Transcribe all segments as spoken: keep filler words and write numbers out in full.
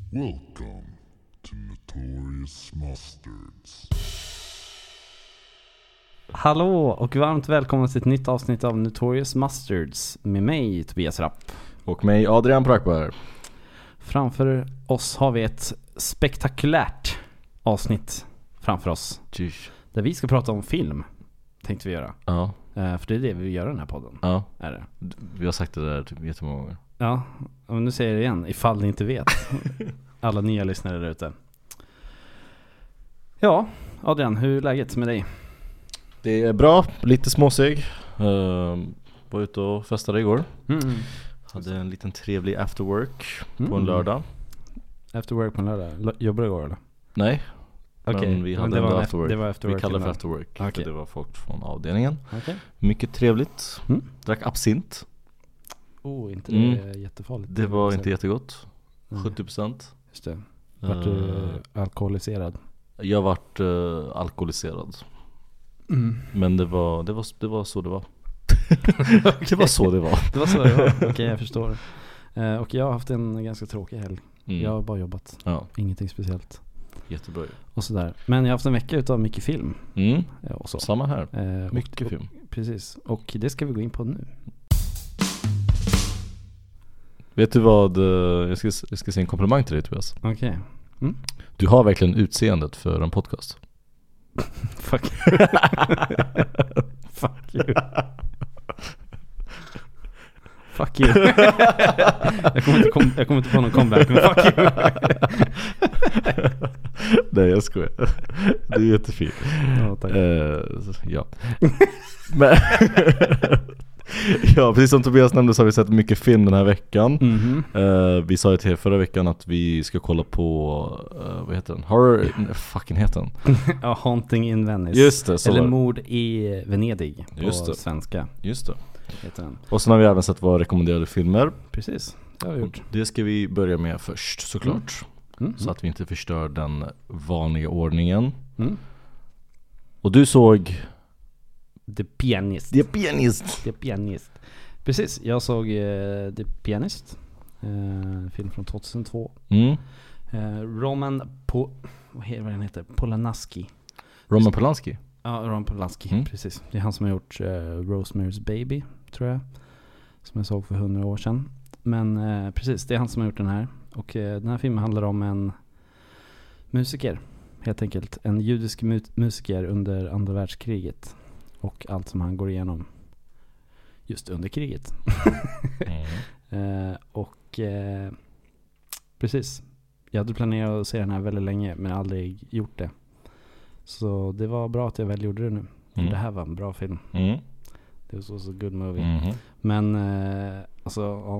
Welcome to Notorious Mustards. Hallå och varmt välkomna till ett nytt avsnitt av Notorious Mustards med mig, Tobias Rapp. Och mig, Adrian Prakberg. Framför oss har vi ett spektakulärt avsnitt framför oss. Tjus. Där vi ska prata om film, tänkte vi göra. Ja. Uh, för det är det vi vill göra i den här podden. Ja. Är det? Vi har sagt det där typ jättemånga gånger. Ja, och nu säger jag det igen, ifall ni inte vet. Alla nya lyssnare där ute. Ja, Adrian, hur är läget med dig? Det är bra, lite småsig. uh, Var ute och festade igår. Mm. Hade en liten trevlig after work Mm. på en lördag. After work på en lördag? L- jobbar du igår eller? Nej, Okej, men vi hade det en var after work. Det var after work. Vi kallar det för after work, Okej. för det var folk från avdelningen. Okej. Mycket trevligt. Mm. Drack absint. Oh, inte Mm. det är jättefarligt. Det var inte jättegott. Nej. sjuttio procent. Just det. Vart du Uh, alkoholiserad? Jag vart uh, alkoholiserad. Mm. Men det var, det var, det var så det var. Det var så det var. Det var så det var. Okej, okay, jag förstår. Uh, och jag har haft en ganska tråkig helg. Mm. Jag har bara jobbat. Ja, Ingenting speciellt. jättebra. Och sådär. Men jag har haft en vecka utav mycket film. Mm. uh, och så. Samma här. Uh, Mycket och, film. Och, precis. Och det ska vi gå in på nu. Vet du vad, uh, jag ska, jag ska säga en komplimang till dig, Tobias. Okej. Okay. Mm. Du har verkligen utseendet för en podcast. Fuck. Fuck you. Fuck you. jag, kommer inte kom, jag kommer inte på någon comeback, men fuck you. Nej, jag skojar. Du är jättefin. Ja, tack. Uh, ja. Men ja, precis som Tobias nämnde så har vi sett mycket film den här veckan. Mm-hmm. uh, Vi sa ju till er förra veckan att vi ska kolla på uh, vad heter den? Horror, nej, fucking heter den? Ja, Haunting in Venice. Just det, så eller var det. Mord i Venedig på Just det. svenska Just det. heter den. Och sen har vi även sett våra rekommenderade filmer. Precis, det har vi gjort. Det ska vi börja med först, såklart. Mm. Så att vi inte förstör den vanliga ordningen. Mm. Och du såg The Pianist. The Pianist. The Pianist. Precis, jag såg uh, The Pianist. Uh, film från tjugohundratvå. Mm. Uh, Roman po... Vad heter vad den heter? Polanski. Roman Polanski. Ja, Roman Polanski, Mm. precis. Det är han som har gjort uh, Rosemary's Baby, tror jag. Som jag såg för hundra år sedan. Men uh, precis, det är han som har gjort den här. Och uh, den här filmen handlar om en musiker, helt enkelt. En judisk mu- musiker under andra världskriget. Och allt som han går igenom just under kriget. Mm. uh, och uh, precis. Jag hade planerat att se den här väldigt länge, men aldrig gjort det. Så det var bra att jag väl gjorde det nu. Mm. Det här var en bra film. Mm. Det var så så good movie. Mm. Men uh, alltså, ja.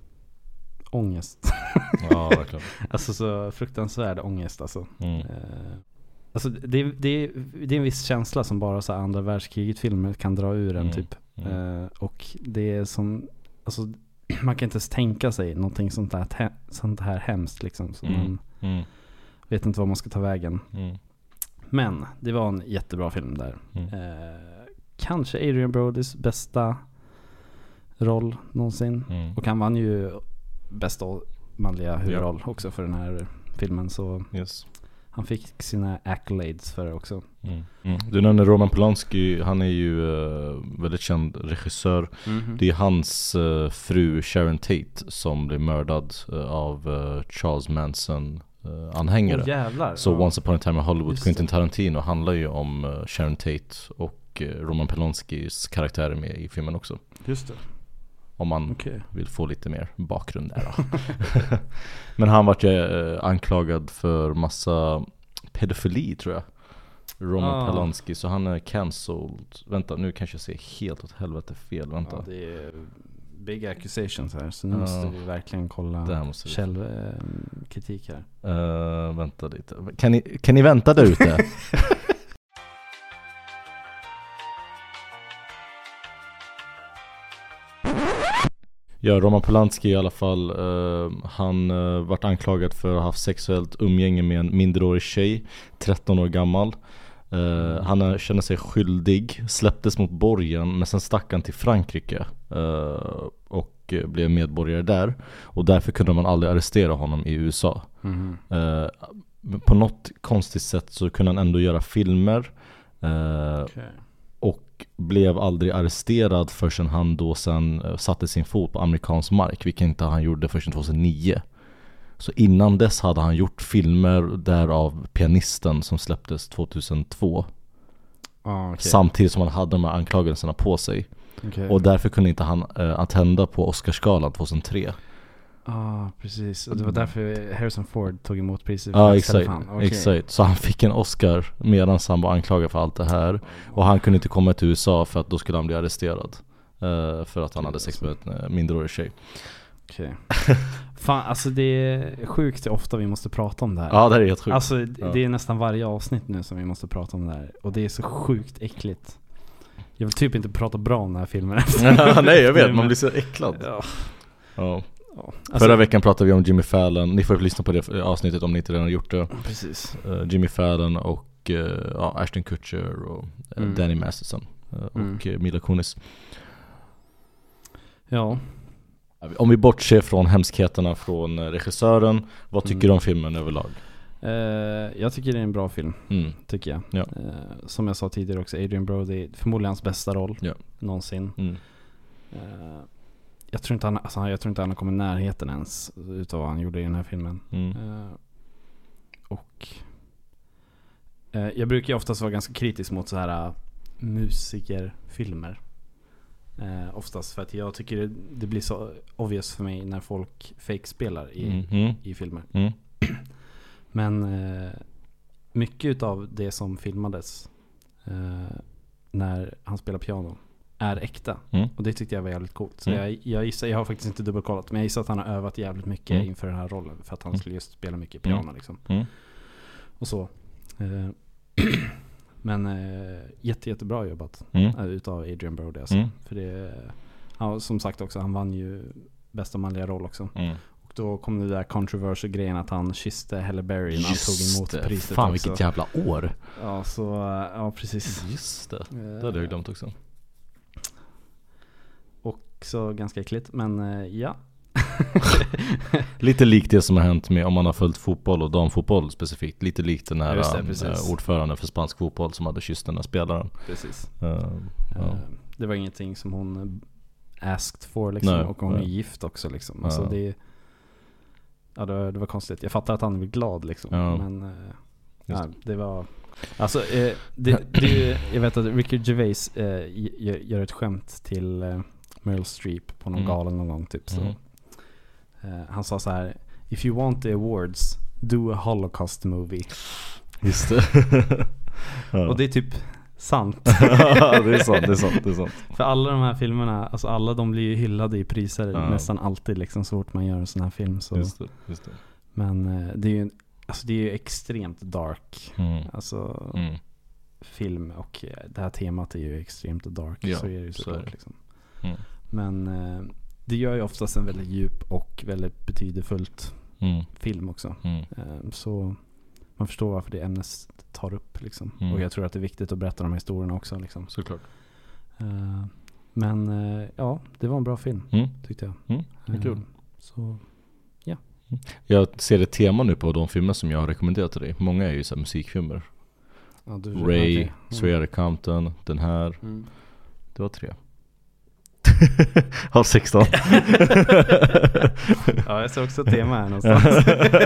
Ångest. Ja, verkligen. Alltså så fruktansvärd ångest alltså. Mm. Uh, alltså det, det, det är en viss känsla som bara så här andra världskriget-filmer kan dra ur en Mm. typ. Mm. Uh, och det är som, alltså man kan inte ens tänka sig någonting sånt där, he- sånt här hemskt liksom. Så Mm. man Mm. vet inte var man ska ta vägen. Mm. Men det var en jättebra film där. Mm. Uh, kanske Adrian Brodys bästa roll någonsin. Mm. Och han vann ju bästa manliga huvudroll ja. också för den här filmen. Så Yes. han fick sina accolades för det också. Mm. Mm. Du nämnde Roman Polanski. Han är ju uh, väldigt känd regissör. Mm-hmm. Det är hans uh, fru Sharon Tate som blev mördad uh, av uh, Charles Manson uh, anhängare. Oh, jävlar. Så ja. Once upon a time in Hollywood, Just Quentin det. Tarantino handlar ju om uh, Sharon Tate och uh, Roman Polanskis karaktär med i filmen också. Just det. Om man Okay. vill få lite mer bakgrund där då. Men han var ju uh, anklagad för massa pedofili, tror jag. Roman ah. Polanski, så han är cancelled. Vänta, nu kanske jag säger helt åt helvete fel. Vänta. Ja, det är big accusations här. Så nu uh, måste vi verkligen kolla källkritik här. Uh, vänta lite. Kan ni, kan ni vänta där ute? Ja, Roman Polanski i alla fall, uh, han uh, vart anklagad för att ha haft sexuellt umgänge med en minderårig tjej, tretton år gammal. Uh, han kände sig skyldig, släpptes mot borgen, men sen stack han till Frankrike uh, och blev medborgare där. Och därför kunde man aldrig arrestera honom i U S A. Mm. Uh, på något konstigt sätt så kunde han ändå göra filmer. Uh, Okay. Och blev aldrig arresterad förrän han då sen uh, satte sin fot på amerikansk mark, vilket inte han gjorde förrän tjugohundranio. Så innan dess hade han gjort filmer, därav Pianisten som släpptes tjugohundratvå. Ah, okay. Samtidigt som han hade de här anklagelserna på sig. Okay. Och därför kunde inte han uh, attenda på Oscarsgalan tjugohundratre. Ja, ah, precis. Och det var därför Harrison Ford tog emot priset. Ja, exakt. Okay. exakt. Så han fick en Oscar medan han var anklagad för allt det här. Och han kunde inte komma till U S A för att då skulle han bli arresterad. Uh, för att han hade sex med en uh, mindreårig tjej. Okej. Okay. Fan, alltså det är sjukt hur ofta vi måste prata om det här. Ja, det är helt sjukt. Alltså ja. det är nästan varje avsnitt nu som vi måste prata om det här. Och det är så sjukt äckligt. Jag vill typ inte prata bra om den här filmen. Nej, jag vet. Man blir så äcklad. Ja. Ja. Ja. Alltså, Förra veckan pratade vi om Jimmy Fallon. Ni får lyssna på det avsnittet om ni inte redan har gjort det. Precis. Uh, Jimmy Fallon och uh, ja, Ashton Kutcher och uh, Mm. Danny Masterson uh, och Mm. uh, Mila Kunis. Ja. Om vi bortser från hemskheterna från uh, regissören, vad tycker Mm. du om filmen överlag? Uh, jag tycker det är en bra film, Mm. tycker jag. Ja. Uh, som jag sa tidigare också, Adrian Brody, förmodligen hans bästa roll Ja. någonsin. Mm. Uh, jag tror inte han, alltså, jag tror inte han har kommit i närheten ens utav vad han gjorde i den här filmen. Mm. Uh, och uh, jag brukar ju oftast vara ganska kritisk mot så här uh, musikerfilmer. Uh, oftast för att jag tycker det, det blir så obvious för mig när folk fake spelar i, Mm. Mm. i filmer. Mm. Men uh, mycket utav det som filmades uh, när han spelar piano är äkta. Mm. Och det tyckte jag var jävligt coolt. Så Mm. jag, jag gissar, jag har faktiskt inte dubbelkollat, men jag gissar att han har övat jävligt mycket Mm. inför den här rollen. För att han Mm. skulle just spela mycket piano Mm. liksom. Mm. Och så. Eh, men eh, jätte, jättebra jobbat Mm. eh, utav Adrian Brody alltså. Mm. För det, ja, som sagt också, han vann ju bästa manliga roll också. Mm. Och då kom det där controversial grejen att han kysste Halle Berry när han tog emot det. priset Fan också. vilket jävla år. Ja, så, eh, ja precis. Just det, Eh, det hade jag glömt också. Så ganska äckligt, men eh, ja. Lite likt det som har hänt med om man har följt fotboll och damfotboll specifikt. Lite likt den här Just det, precis. äh, ordföranden för spansk fotboll som hade kysst den här spelaren. Precis. Uh, ja. Eh, det var ingenting som hon asked for liksom. Nej, och hon nej. är gift också liksom. Alltså Ja. det, ja, det, var, det var konstigt. Jag fattar att han blev glad liksom. Ja. Men eh, Just ja, det var alltså eh, det, det är ju, jag vet att Ricky Gervais eh, gör, gör ett skämt till eh, Meryl Streep på någon Mm. gala någon gång typ så. Mm. Eh, han sa så här: if you want the awards, do a Holocaust movie. Just det. Ja. Och det är typ sant. det är sant, det är sant, det är sant. För alla de här filmerna, alltså alla de blir ju hyllade i priser Ja. nästan alltid liksom så fort man gör en sån här film så. Just det, just det. Men eh, det är ju alltså det är ju extremt dark. Mm. Alltså Mm. film och eh, det här temat är ju extremt dark. Ja, så är det ju så är såklart det. liksom. Mm. Men eh, det gör ju oftast en väldigt djup och väldigt betydelsefullt Mm. film också. Mm. Eh, så man förstår varför det ämnet tar upp liksom. Mm. Och jag tror att det är viktigt att berätta de här historierna också liksom. Såklart. Eh, men eh, ja, det var en bra film Mm. tyckte jag. Mm. Det är Eh, kul. Så Jag ser ett tema nu på de filmer som jag har rekommenderat till dig. Många är ju så här musikfilmer. ja, du, Ray, okej. Mm. Straight Outta Compton, den här. Mm. Det var tre. Av sexton. Ja, jag ser också ett tema här någonstans.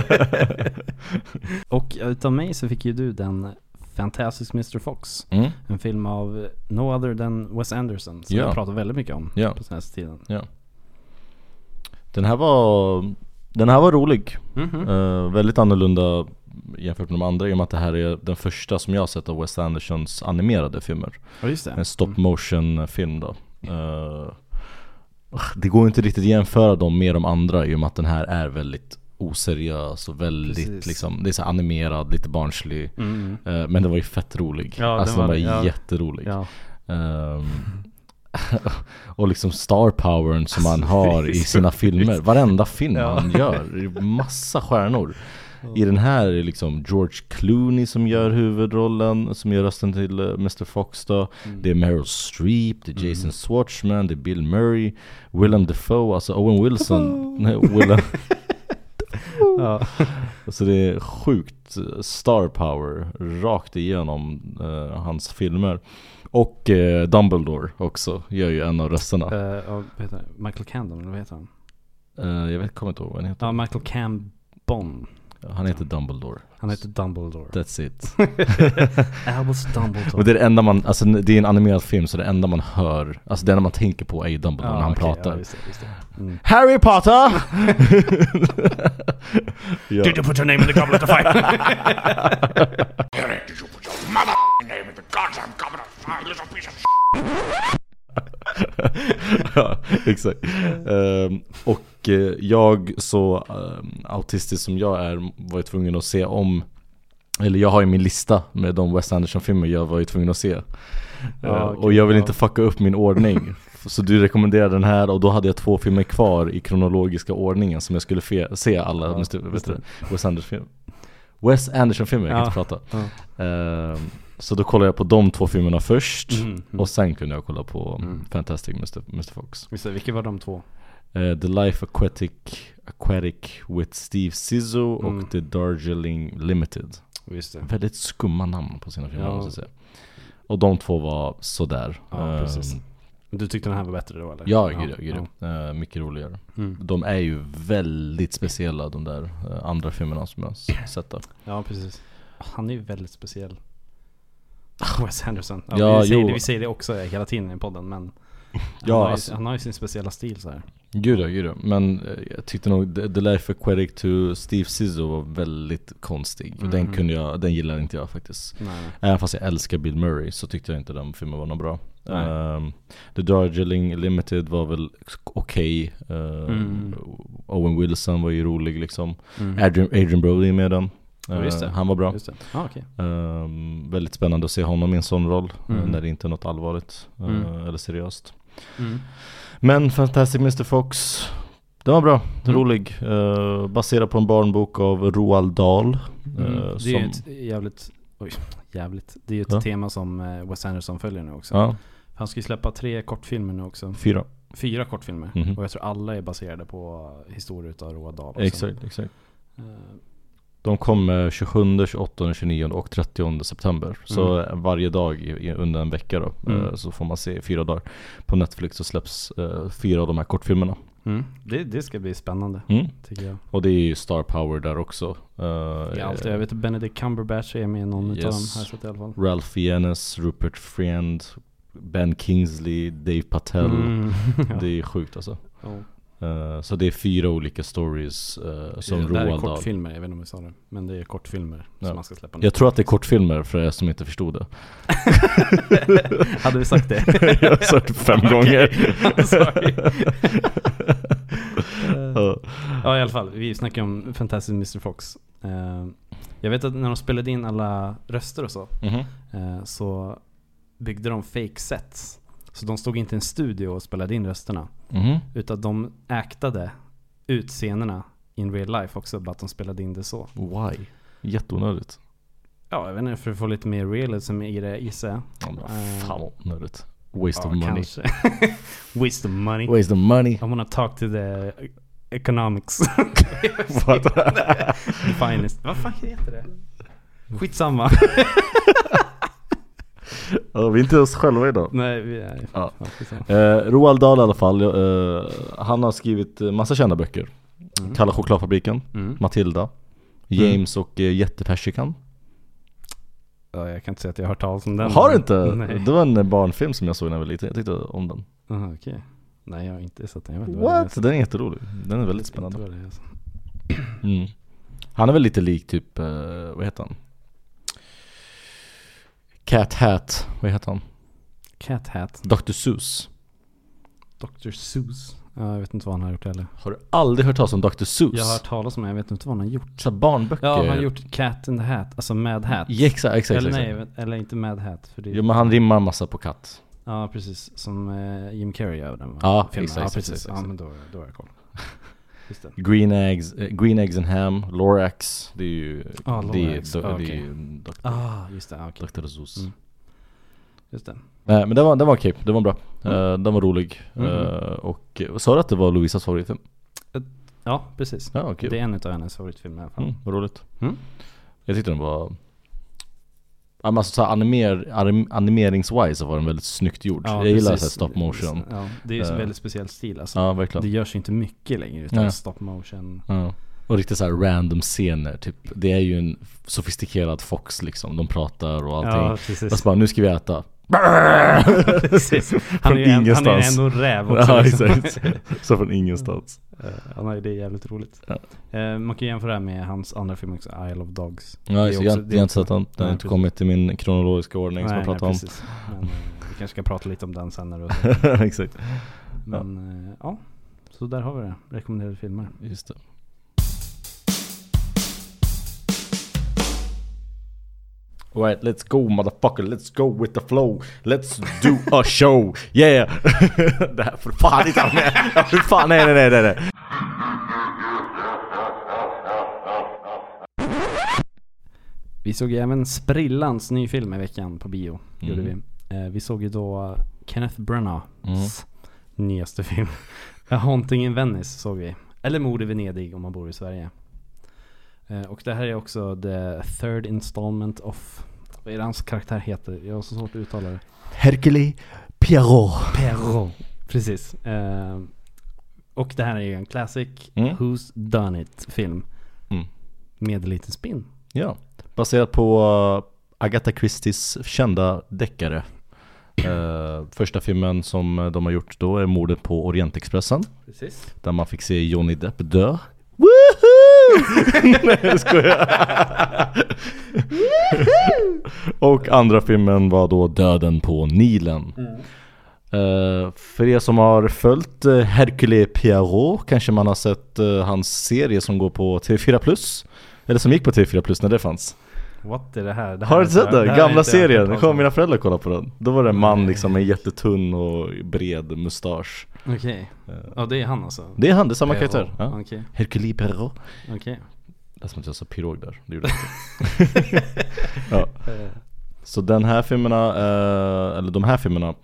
Och utav mig så fick ju du den Fantastic mister Fox. Mm. En film av no other than Wes Anderson som Ja. jag pratar väldigt mycket om Ja. på senaste tiden. Ja. Den här var Den här var rolig. Mhm. Uh, väldigt annorlunda jämfört med de andra i och med att det här är den första som jag har sett av Wes Andersons animerade filmer. Ja, just det. En stop motion film då. Uh, det går inte riktigt att jämföra dem med de andra i och med att den här är väldigt oseriös och väldigt Precis. liksom, det är så animerad, lite barnslig. Mm. Uh, men den var ju fett rolig. Ja, den alltså den var- var ja. jätterolig. Ja. Um, och liksom star powern som man Alltså, har det är i så sina sjukt. filmer. Varenda film Ja. han gör, det är massa stjärnor. Oh. I den här är det liksom George Clooney som gör huvudrollen, som gör rösten till uh, mister Fox då. Mm. Det är Meryl Streep, det är Jason mm. Schwartzman, det är Bill Murray, Willem Dafoe, alltså Owen Wilson. Nej, Willem. Ja. Så det är sjukt star power rakt igenom uh, hans filmer. Och uh, Dumbledore också gör ju en av rösterna. Uh, uh, vet jag, Michael Cambon, eller vad heter han? Uh, jag vet, kommer inte ihåg vad han heter. Ja, uh, Michael Cambon. Han heter Dumbledore. Han heter Dumbledore. That's it. Albus Dumbledore. Och det är det enda man, alltså det är en animerad film, så det enda man hör, alltså det enda man tänker på är ju Dumbledore ah, när han okay, pratar. Ja, just det, just det. Mm. Harry Potter! Ja. Did you put your name in the goblet of fire? Harry, did you put your mother name in the goddamn goblet of fire, little piece of ja, exakt. Um, och uh, jag så um, autistisk som jag är var ju tvungen att se om, eller jag har ju min lista med de Wes Anderson-filmer jag var ju tvungen att se. Ja, uh, okay, och jag vill ja. inte fucka upp min ordning. Så du rekommenderade den här, och då hade jag två filmer kvar i kronologiska ordningen som jag skulle fe- se alla ja, måste, vet du, Wes Anderson-filmer. Wes Anderson-filmer, jag kan ja, inte prata. Ja. Uh, Så då kollade jag på de två filmerna först mm, mm. och sen kunde jag kolla på mm. Fantastic mister mister Fox. Visst, vilka var de två? Uh, The Life Aquatic Aquatic with Steve Zissou mm. och The Darjeeling Limited. Visst det. Väldigt skumma namn på sina filmer, ja. måste jag säga. Och de två var sådär. Ja, precis. Um, Du tyckte den här var bättre då, eller? Ja, ja, gud, gud, ja. Uh, mycket roligare. Mm. De är ju väldigt speciella, de där uh, andra filmerna som jag sett där. Ja, precis. Han är ju väldigt speciell. Wes Anderson. Ja, ja, vi, säger det, vi säger det också hela tiden i podden, men han, ja, har, ju, alltså, han har ju sin speciella stil så här. Gud ja, gud ja. Men uh, jag tyckte nog The, The Life Aquatic to Steve Zissou var väldigt konstig. Mm. Den kunde jag, den gillade inte jag faktiskt. Nej. Även fast jag älskar Bill Murray så tyckte jag inte den filmen var något bra. Um, The Darjeeling Limited var väl okej. Okay. uh, mm. Owen Wilson var ju rolig liksom. Mm. Adrian, Adrian Brody med den. Uh, han var bra. Just det. Ah, okay. um, väldigt spännande att se honom i en sån roll mm. uh, när det inte är något allvarligt uh, mm. eller seriöst. Mm. Men Fantastic mister Fox, det var bra, mm. rolig. Uh, baserad på en barnbok av Roald Dahl. Uh, mm. Det är ju ett jävligt, oj, jävligt. Det är ju ett ja. tema som uh, Wes Anderson följer nu också. Ja. Han ska ju släppa tre kortfilmer nu också. Fyra. Fyra kortfilmer. Mm-hmm. Och jag tror alla är baserade på historier av Roald Dahl också. Exakt, exakt. Uh, De kommer tjugosjunde, tjugoåttonde, tjugonionde och trettionde september. Så mm. varje dag i, under en vecka då, mm. uh, så får man se fyra dagar. På Netflix så släpps uh, fyra av de här kortfilmerna. Mm. Det, det ska bli spännande, mm. tycker jag. Och det är ju star power där också. Uh, ja, alltid. Jag vet att Benedict Cumberbatch är med i någon yes. av dem här, så i alla fall. Ralph Fiennes, Rupert Friend, Ben Kingsley, Dave Patel. Mm. ja. Det är sjukt alltså. Oh. Uh, så det är fyra olika stories uh, som Roald Dahl. Det är kortfilmer, jag vet inte om jag sa det. Men det är kortfilmer ja. som man ska släppa nu. Jag tror att det är kortfilmer för er som inte förstod det. Hade vi sagt det? Jag har sagt det fem gånger. Sorry. uh, ja, i alla fall. Vi snackar om Fantastic mister Fox. Uh, jag vet att när de spelade in alla röster och så mm-hmm. uh, så byggde de fake sets. Så de stod inte i en studio och spelade in rösterna. Mm. Utan de actade ut scenerna in real life också. Bara att de spelade in det så. Why? Jätteonödigt. Ja, jag vet inte. För att få lite mer realism i det, gissar jag. Ja, men fan vad onödigt. Waste ja, of money. Waste of money. Waste of money. I wanna talk to the economics. What? The finest. Vad fan heter det? Skitsamma. Ja, vi är inte oss själva idag. Nej, vi är ja. eh, Roald Dahl i alla fall. eh, Han har skrivit massa kända böcker. mm. Kalla chokladfabriken, mm. Matilda, James mm. och eh, Jättepersikan. Ja, jag kan inte säga att jag har hört talas om den. Har du inte? Nej. Det var en barnfilm som jag såg när jag var liten. Jag tyckte om den. Aha, okej. Okay. Nej, jag har inte sett den. Jag vet What? Den är jätterolig. Den är väldigt spännande. Det, alltså. mm. Han är väl lite lik typ, eh, vad heter han? Cat Hat, vad heter han? Cat Hat. doktor Seuss. doktor Seuss. Ja, jag vet inte vad han har gjort heller. Har du aldrig hört talas om doktor Seuss? Jag har hört talas om det, jag vet inte vad han har gjort. Så barnböcker. Ja, han har gjort Cat in the Hat, alltså Mad Hat. Ja, exakt, exakt. Eller nej, eller inte Mad Hat. För det jo, men han rimmar massa på katt. Ja, precis. Som eh, Jim Carrey gör den. Ja, filmen. exakt, ja, precis. Exakt, exakt. Ja, men då, då är jag koll. just det. Green Eggs, eh, Green Eggs and Ham, Lorax, det är ju Ah, det är, Lorax, do, ah, det är okej. ju doktor, Ah, just det, ah, okej. doktor Zeus. Mm. Just det. Eh, men det var, det var okej, det var bra. Mm. Eh, den var rolig. Mhm. Eh, och sa du att det var Louisas favoritfilm? Ja, precis. Ja, okej. Det är en av hennes favoritfilmer i alla fall. Mm, vad roligt. Mm. Jag tyckte den var... Ja, men alltså, så här, animer, anim, animeringswise så var den väldigt snyggt gjord. Ja, jag gillar precis. så här stop motion. Ja, det är ju en Eh. väldigt speciell stil alltså. Ja, Det verkligen. görs ju inte mycket längre utan Nej. stop motion. Ja. Och riktigt så här random scener typ. Det är ju en sofistikerad Fox liksom. De pratar och allting. Ja, Och precis. så bara, nu ska vi äta. precis. Han Från är ju en, han är ingenstans. ändå räv också. Ja, liksom. exakt. Så från ingenstans. Eh, ja, nej, det är jävligt roligt. Ja. Eh, man kan jämföra det här med hans andra film också, Isle of Dogs. Ja, Det är så också- jag, det jag är har inte också- sett den. Den har Nej, inte precis. kommit i min kronologiska ordning som jag pratar om. precis. Men eh, vi kanske ska prata lite om den sen när du Exakt. Men eh, ja, så där har vi det. Rekommenderade filmer. Just det. Alright, let's go motherfucker, let's go with the flow. Let's do a show, yeah! Det här får fan inte ha med. Ja, för fan, nej, nej, nej, nej, nej. Vi såg ju även Sprillans ny film i veckan på bio. Mm. Gjorde vi. Eh, vi såg ju då Kenneth Branaghs Mm. nyaste film. A Haunting in Venice såg vi. Eller Mord i Venedig om man bor i Sverige. Eh, och det här är också the third installment of... Vad är det hans karaktär heter? Jag har så svårt att uttala det. Hercule Poirot. Perrault. Precis. Eh, och det här är ju en classic Mm. Who's Done It film. Mm. Med lite spin. Ja, baserat på uh, Agatha Christies kända deckare. Uh, första filmen som de har gjort då är Mordet på Orientexpressen. Precis. Där man fick se Johnny Depp dö. Woohoo! Nej, jag skojar. Och andra filmen var då Döden på Nilen. Mm. Uh, för er som har följt uh, Hercule Poirot kanske man har sett uh, hans serie som går på T V fyra plus. Eller som gick på T V fyra plus när det fanns. What är det här? Det här Har du är- sett det den? här är Gamla inte jag serien. hört Nu talas kommer om. mina föräldrar kolla på den. Då var det en man Nej. liksom med jättetunn och bred mustasch. Okej. Uh, Ja, det är han alltså. Det är han, det är samma Perrault. karaktär. Ja. Okej. Hercule Poirot. Okej. Det är som att jag sa pirog där. Det gjorde jag inte. Ja. Eh, Så den här filmerna, eh, eller de här filmerna,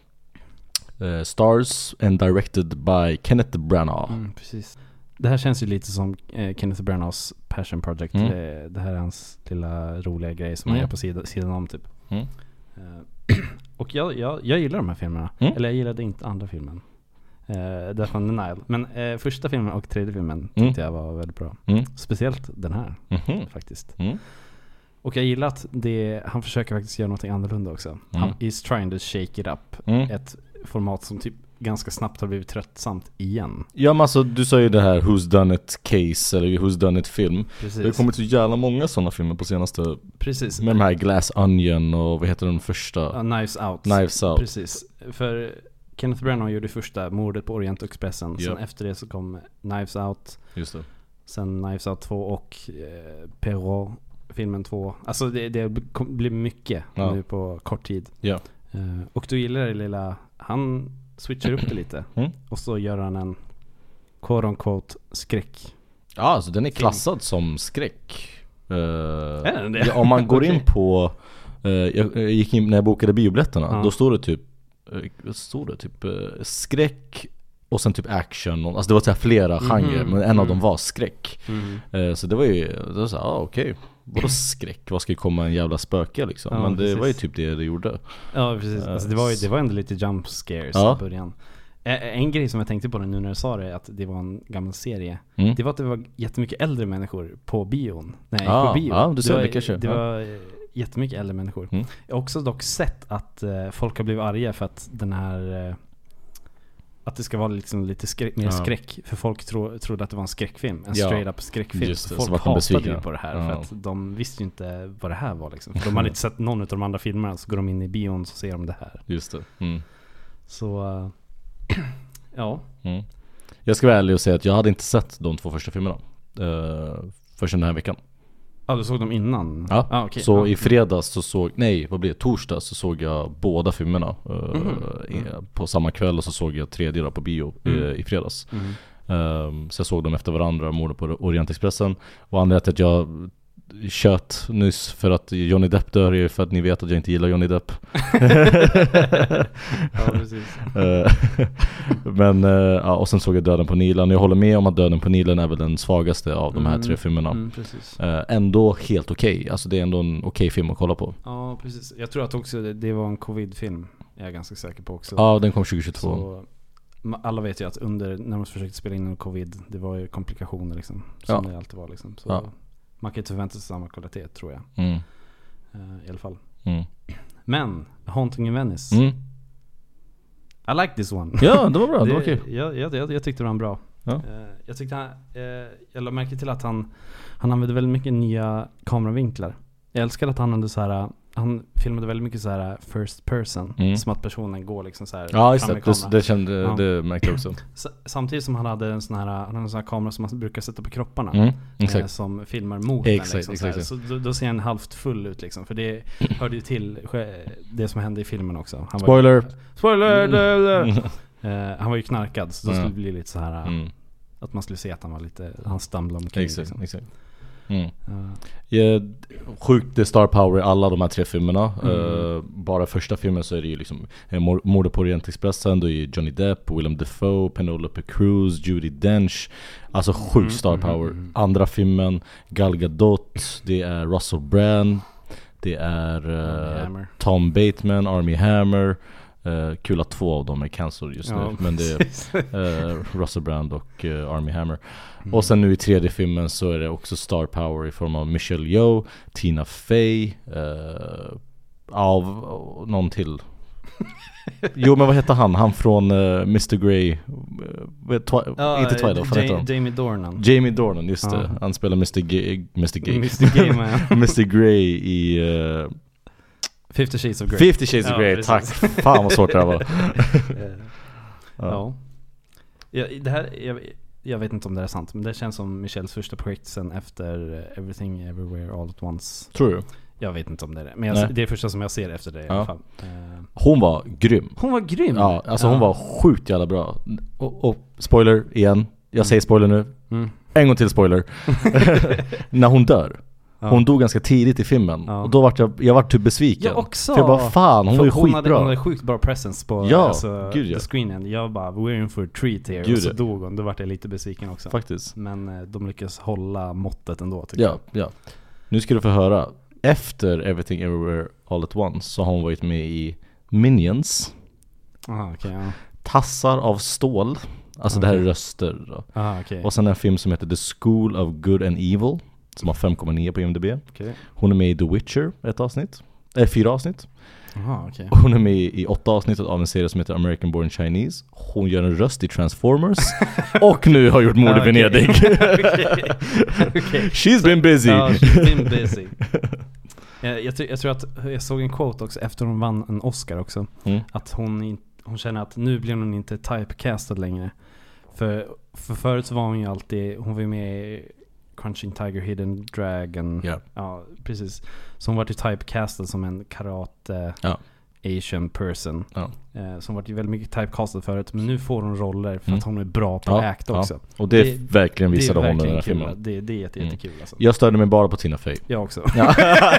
eh, stars and directed by Kenneth Branagh. Mm, precis. Det här känns ju lite som eh, Kenneth Branaghs passion project. Mm. Det, det här är hans lilla roliga grej som Mm. han gör på sidan, sidan om typ. Mm. Eh, och jag, jag, jag gillar de här filmerna. Mm. Eller jag gillade inte andra filmen. Eh, Death on the Nile. Men eh, första filmen och tredje filmen tyckte Mm. jag var väldigt bra. Mm. Speciellt den här Mhm. faktiskt. Mm. Och jag gillar att det, han försöker faktiskt göra något annorlunda också. Han is trying to shake it up. Mm. Ett format som typ ganska snabbt har blivit tröttsamt igen. Ja men alltså du sa ju det här Who's Done It case eller Who's Done It film. Precis. Det har kommit så jävla många sådana filmer på senaste. Precis. Med de här Glass Onion och vad heter den första? Ja, Knives Out. Knives Out. Precis. För Kenneth Branagh gjorde första Mordet på Orientexpressen. Ja. Sen efter det så kom Knives Out. Just det. Sen Knives Out två och eh, Perrault filmen två. Alltså det, det blir mycket Ja. nu på kort tid. Ja. Eh, och då gillar det lilla, han switchar upp det lite. Mm. Och så gör han en quote unquote skräck. Ja alltså den är klassad som skräck. Uh, Är den det? ja, om man går in Okej. på uh, jag, jag gick in när jag bokade biobiljetterna. Ja. Då står det typ uh, vad står det typ uh, skräck och sen typ action. Alltså det var så här flera Mhm. genrer, men en av dem Mm. var skräck. Uh, så det var ju, det var så här, ah, okej. Vadå skräck? Vad ska ju komma en jävla spöke liksom? Ja, men det precis. var ju typ det det gjorde. Ja precis, Eh, alltså, det, var ju, det var ändå lite jump scares Ja. i början. Eh, En grej som jag tänkte på nu när du sa det, att det var en gammal serie. Mm. Det var att det var jättemycket äldre människor på bion. Nej, Ja, på bio. ja, du ser var, det kanske. Det Ja. var eh, jättemycket äldre människor. Mm. Jag har också dock sett att eh, folk har blivit arga för att den här eh, att det ska vara liksom lite skräck, mer Ja. skräck. För folk tro, trodde att det var en skräckfilm. En Ja. straight up skräckfilm. Just Så det, så folk vart de hatade ju besvikna. på det här. Ja. För att de visste ju inte vad det här var liksom. För de hade inte sett någon av de andra filmerna. Så går de in i bion så ser de det här. Just det. Mm. Så äh, ja. Mm. Jag ska vara ärlig och säga att jag hade inte sett de två första filmerna uh, förrän den här veckan. Ja, du såg dem innan? Ja, ah, okay. så ja. i fredags så såg, nej vad blir det, torsdag så såg jag båda filmerna uh, Mhm. i, på samma kväll och så såg jag tredje då på bio Mm. uh, i fredags. Mm. Um, så jag såg dem efter varandra, Mordet på Orientexpressen. Och anledningen till att jag kött nyss för att Johnny Depp dör är för att ni vet att jag inte gillar Johnny Depp. Ja, precis. Men ja, och sen såg jag Döden på Nilen. Jag håller med om att Döden på Nilen är väl den svagaste av de här Mm, tre filmerna. Mm, precis. Uh, ändå helt okej. Okay. Alltså det är ändå en okej okay film att kolla på. Ja, precis. Jag tror att också det, det var en covid-film. Jag är ganska säker på också. Ja, den kom tjugohundratjugotvå. Så alla vet ju att under när de försökte spela in en covid, det var ju komplikationer liksom, som Ja. det alltid var liksom. Så Ja. man kan inte förvänta sig samma kvalitet, tror jag. Mm. Uh, I alla fall. Mm. Men Haunting in Venice. Mm. I like this one. Ja, det var bra. Det var kul. jag, jag, jag, jag tyckte det var en bra. Ja. Uh, jag tyckte han, uh, jag lade märke till att han han använde väldigt mycket nya kameravinklar. Jag älskar att han använde så här. Han filmade väldigt mycket så här first person, Mm. som att personen går liksom så här. Ja, just fram det. i Det, kameran. det kände Ja. det märkte jag också. S- samtidigt som han hade en sån här, han hade en sån här kamera som man brukar sätta på kropparna. Mm. Eh, Exakt. som filmar mot Exakt, den liksom, så, här. exakt. Så då, då ser han halvt full ut liksom. För det hörde ju till sk- det som hände i filmen också. Han var Spoiler. Ju, spoiler! Mm. Eh, han var ju knarkad, så då Ja. skulle det bli lite så här Mm. att man skulle se att han var lite, han stamlade omkring Exakt, liksom. exakt. Mm. Eh, Ja, sjukt det är star power i alla de här tre filmerna. Mm. Uh, bara första filmen så är det ju liksom eh, Mor- Mordet på Orientexpressen. Då är ju Johnny Depp, Willem Dafoe, Penelope Cruz, Judi Dench. Alltså sjukt Mm, star mm, power. mm. Andra filmen Gal Gadot, det är Russell Brand, det är Armie uh, Hammer. Tom Bateman, Armie Hammer. Uh, kul att två av dem är cancelled just Ja, nu. Men det är precis. uh, Russell Brand och uh, Armie Hammer. Mm. Och sen nu i tredje filmen så är det också star power i form av Michelle Yeoh, Tina Fey, uh, av uh, någon till. Jo, men vad heter han? Han från uh, mister Grey, uh, twi- Ja, inte Twilight, vad heter Ja- han? Jamie Dornan. Jamie Dornan, just Ja. det. Han spelar mister Gay, mister Gay. mister Gay Man. mister Grey i uh, Fifty Shades of Grey. Fifty Shades of Ja, Grey, precis. tack. Fan vad svårt det här var. Eh, Ja. Ja. Ja, det här, jag, jag vet inte om det är sant, men det känns som Michelles första projekt sen efter eh, Everything Everywhere All at Once. Tror du? Jag vet inte om det är det, men jag, Nej. det är första som jag ser efter det i Ja. alla fall. Eh, Hon var grym. Hon var grym! Ja, alltså Ja. hon var sjukt jävla bra. Och, och spoiler igen. Jag säger spoiler nu. Mm. En gång till spoiler. När hon dör. Ja. Hon dog ganska tidigt i filmen. Ja. Och då vart jag, jag vart typ besviken. Jag också! För jag bara, fan, hon För var ju hon hade, skitbra. hon hade sjukt bra presence på Ja, alltså, gud ja. the screenen. Jag bara, we're in for a treat here. Gud och så ja. dog hon, då vart jag lite besviken också. Faktiskt. Men eh, de lyckas hålla måttet ändå, tycker Ja, ja. Nu ska du få höra. Efter Everything Everywhere All at Once så har hon varit med i Minions. jag. Aha, okej, ja. Tassar av stål. Alltså det här är röster då. Aha, okej. Och sen en film som heter The School of Good and Evil, som har fem komma nio på I M D B. Okej. Hon är med i The Witcher, ett avsnitt. Eh, fyra avsnitt. Aha, okej. Och hon är med i åtta avsnitt av en serie som heter American Born Chinese. Hon gör en röst i Transformers. Och nu har gjort Mord i Okej. Venedig. Okej. Okej. She's been busy. Ja, she's been busy. Jag, jag, tror- jag tror att jag såg en quote också efter hon vann en Oscar också. Mm. Att hon, in, hon känner att nu blir hon inte typecastad längre. För, för förut så var hon ju alltid, hon var ju med i Crunching Tiger, Hidden Dragon. Ja. Ja, precis. Så hon var ju typecastad som en karate Ja. Asian person. Ja. Eh, som var ju väldigt mycket typecastad förut. Men nu får hon roller för Mm. att hon är bra på Ja, act ja. också. Och det, Det- verkligen Det är visade hon i den verkligen här kul. filmen. Det, det är jätte, Mm. jättekul alltså. Jag störde mig bara på Tina Fey. Jag också. Ja.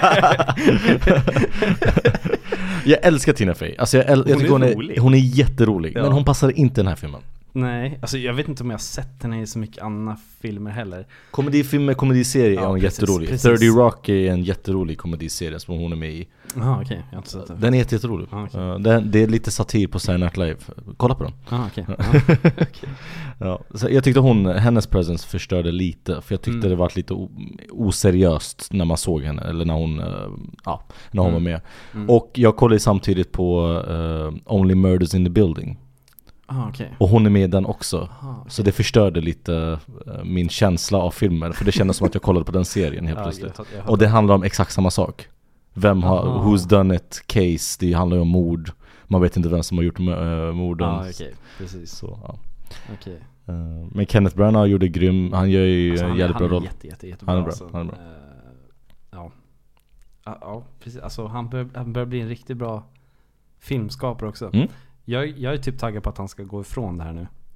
Jag älskar Tina Fey. Alltså jag, äl- jag Hon tycker är hon är, rolig. hon är jätterolig. Ja. Men hon passar inte i den här filmen. Nej, alltså jag vet inte om jag har sett henne i så mycket andra filmer heller. Komedifilmer, komediserie Ja, är hon precis, jätterolig. precis. thirty Rock är en jätterolig komediserie som hon är med i. Jaha, okej. Jag har inte sett det. Den är jätte- jätterolig. Ah, okej. Uh, det, det är lite satir på Saturday Night Live. Kolla på den. Ah, okej. Ja. Så jag tyckte hon, hennes presence förstörde lite. För jag tyckte Mm. det var lite o- oseriöst när man såg henne. Eller när hon, uh, ja, när hon Mm. var med. Mm. Och jag kollade samtidigt på uh, Only Murders in the Building. Ah, okej. Och hon är med i den också. Aha. Så det förstörde lite uh, min känsla av filmen. För det kändes som att jag kollade på den serien helt Ja, plötsligt. jag, jag, Och det handlar om exakt samma sak. Vem har, Aha. who's done it case. Det handlar ju om mord. Man vet inte vem som har gjort uh, morden. Ah, okej. Precis. Så, ja. Okej. Uh, men Kenneth Branagh gjorde grym. Han gör ju Alltså, en han, jävligt han bra är roll. jätte, jätte, jättebra. Han är bra, alltså. han är bra. Eh, ja. Ja, ja, precis. Alltså han börjar, han börjar bli en riktigt bra filmskapare också. Mm. Jag, jag är typ taggad på att han ska gå ifrån det här nu.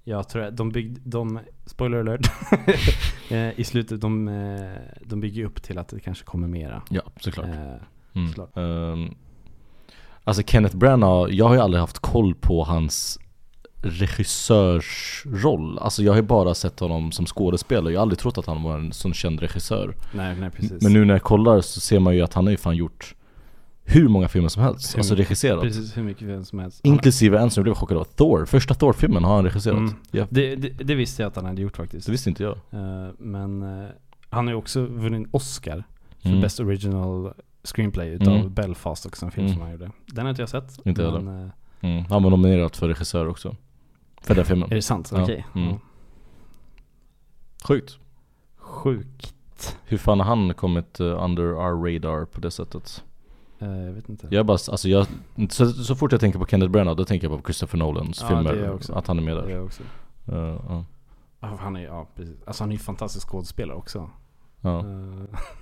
jag tror att de byggde, de, spoiler alert, i slutet, de, de bygger upp till att det kanske kommer mera. Ja, såklart. Eh, mm. såklart. Um, alltså Kenneth Branagh, jag har ju aldrig haft koll på hans regissörsroll. Alltså jag har ju bara sett honom som skådespelare. Jag har aldrig trott att han var en sån känd regissör. Nej, nej, precis. Men nu när jag kollar så ser man ju att han har ju fan gjort hur många filmer som helst. Hur alltså mycket, regisserat. Precis, hur mycket film som helst. Inklusive en som jag blev chockad av, Thor. Första Thor-filmen har han regisserat. Mm. Ja. Det, det, det visste jag att han hade gjort faktiskt. Det visste inte jag. Uh, men uh, han har ju också vunnit Oscar för Mm. Best Original Screenplay utav Mm. Belfast också, en film Mm. som han gjorde. Den har inte jag sett. Inte men, heller. uh, Mm. Han var nominerad för regissör också. För den filmen. Är det sant? Ja. Okej. Mm. Ja. Sjukt. Sjukt. Hur fan har han kommit uh, under our radar på det sättet? Uh, jag vet inte. Jag bara, alltså jag, så, så fort jag tänker på Kenneth Branagh, då tänker jag på Christopher Nolans Ja, filmer. det är jag också. Att han är med Det är där. jag också. Uh, uh. Ja, han är, ja, precis. Alltså han är ju fantastisk skådespelare också. Ja. Uh,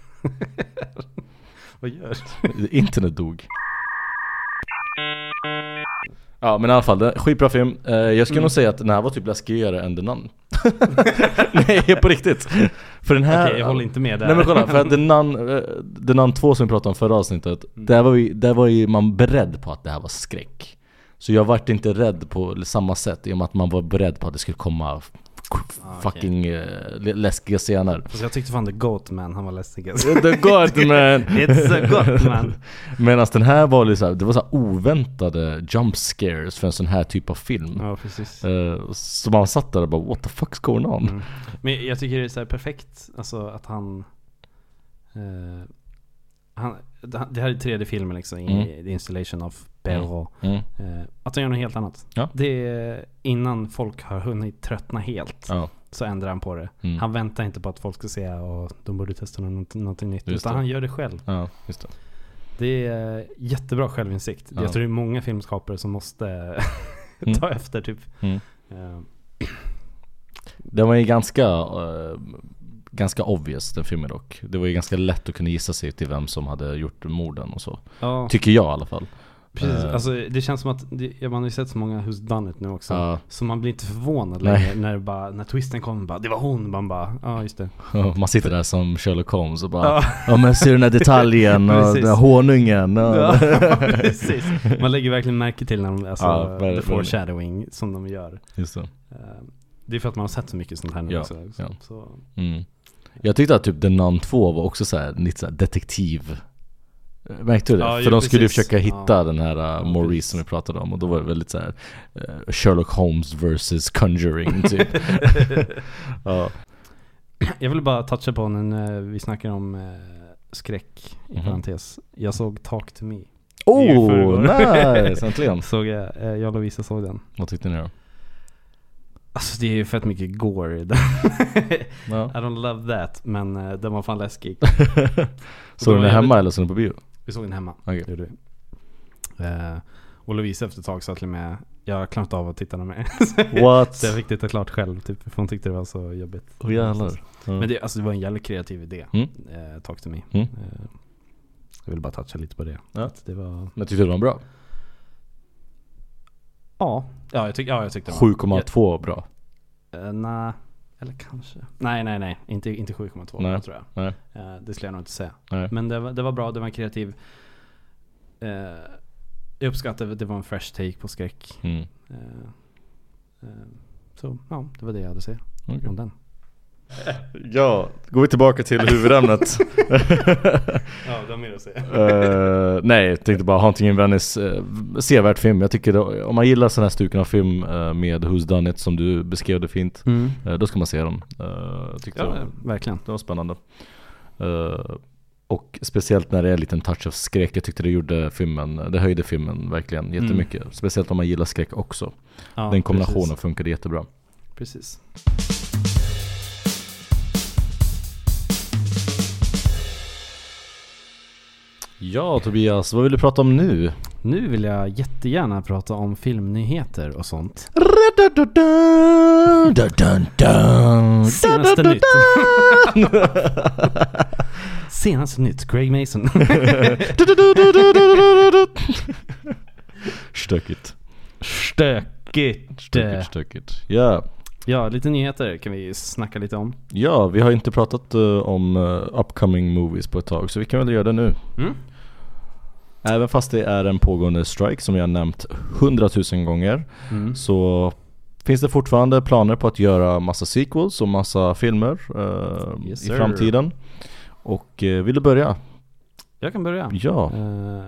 vad gör Internet dog. Ja, men i alla fall, det, skitbra film. uh, Jag skulle Mm. nog säga att den här var typ läskigare än The Nun. Nej, på riktigt. För den här... Okej, jag håller inte med där. Nej men kolla, för att The Nun, uh, The Nun två som vi pratade om förra avsnittet, Mm. där, var vi, där var ju man beredd på att det här var skräck. Så jag vart inte rädd på samma sätt, i och med att man var beredd på att det skulle komma f- Ah, fucking uh, läskiga scener. Fast jag tyckte fan The Goat Man, han var läskig. The God man. It's a Goat Man. Medan den här var lite så här, det var så här oväntade jump scares för en sån här typ av film. Ja, precis. Uh, så man satt där och bara, what the fuck's going on? Mm. Men jag tycker det är så här perfekt, alltså att han, eh, han det här är tredje filmen liksom, i Mm. The Installation of Perrault. Mm. Eh, att han gör något helt annat. Ja. Det är innan folk har hunnit tröttna helt, Ja. så ändrar han på det. Mm. Han väntar inte på att folk ska säga och de borde testa något, något nytt, Just utan det. han gör det själv. Ja, just det. Det är jättebra självinsikt. Ja. Jag tror det är många filmskapare som måste Mm. ta efter typ. Mm. Eh, Det var ju ganska uh, ganska obvious, den filmen dock. Det var ju ganska lätt att kunna gissa sig till vem som hade gjort morden och så. ja. Tycker jag i alla fall. Precis, Eh. alltså det känns som att det, man har ju sett så många Who's Done It nu också. Ja. Så man blir inte förvånad Nej. längre när, det bara, när twisten kommer bara, det var hon, man bara, ja just det. Man sitter där som Sherlock Holmes och bara, Ja. ja men ser den här detaljen och Precis. den här honungen. Och Ja, precis. Man lägger verkligen märke till när de, alltså, Ja, verkligen. the foreshadowing som de gör. Just det. Eh, Det är för att man har sett så mycket sånt här nu Ja, också. Så, ja. så, Mm. Jag tyckte att typ The Nun två var också så här, lite så här detektiv. Märkte du det? Ja, För jo, de skulle ju precis. försöka hitta Ja. den här uh, Ja, Maurice precis. som vi pratade om. Och då var det väldigt så här uh, Sherlock Holmes versus Conjuring typ. Ja. jag vill bara toucha på när vi snackar om eh, skräck i Mhm. parentes. Jag såg Talk to Me. Det är ju Oh, förrgår. nice! Äntligen. Såg jag, eh, jag och Lovisa såg den. Vad tyckte ni då? Alltså det är ju fett mycket gore i den. Ja. I don't love that, men uh, den var fan läskig. Såg du var den jag- hemma eller såg du på bio? Vi såg den hemma. Okej. Det gjorde vi. Uh, och Lovisa efter ett tag sa till mig, jag klarade inte av att titta med. What? Så jag fick titta klart själv, typ, för hon tyckte det var så jobbigt. Åh jävlar. Ja. Men det, alltså, det var en jävligt kreativ idé. Mm. Uh, Talk to Me. Mm. Uh, jag vill bara toucha lite på det. Ja. Att det var... Men tyckte du det var bra? Ja, ja jag, tyck, ja, jag tyckte det var... sju komma två bra. Uh, nej, eller kanske. Nej, nej, nej. Inte, inte sju komma två Nej. tror jag. Nej. Uh, det skulle jag nog inte säga. Nej. Men det var, det var bra, det var kreativ. Uh, jag uppskattade att det var en fresh take på skräck. Mm. Uh, uh, så ja, det var det jag hade att säga Okej. om den. Ja, går vi tillbaka till huvudämnet. Ja, det var mer att säga. uh, nej, jag tänkte bara Haunting in Venice, uh, sevärd film. Jag tycker då, om man gillar sådana här stycken av film uh, med Who's Done It som du beskrev det fint, Mm. uh, då ska man se dem. Uh, jag tyckte Ja, det, var, verkligen. det var spännande. Uh, och speciellt när det är en liten touch av skräck. Jag tyckte det gjorde filmen, det höjde filmen verkligen jättemycket. Mm. Speciellt om man gillar skräck också. Ja, Den kombinationen precis. funkade jättebra. Precis. Ja, Tobias, vad vill du prata om nu? Nu vill jag jättegärna prata om filmnyheter och sånt. Senaste nytt. Senaste nytt, Craig Mason. Stökigt. Stökigt. Stökigt, stökigt. Ja. Ja, lite nyheter kan vi snacka lite om. Ja, vi har inte pratat uh, om uh, upcoming movies på ett tag, så vi kan väl göra det nu. Mm. Även fast det är en pågående strike som jag har nämnt hundratusen gånger, Mm. så finns det fortfarande planer på att göra massa sequels och massa filmer uh, Yes, i sir. framtiden. Och uh, vill du börja? Jag kan börja. Ja. Uh,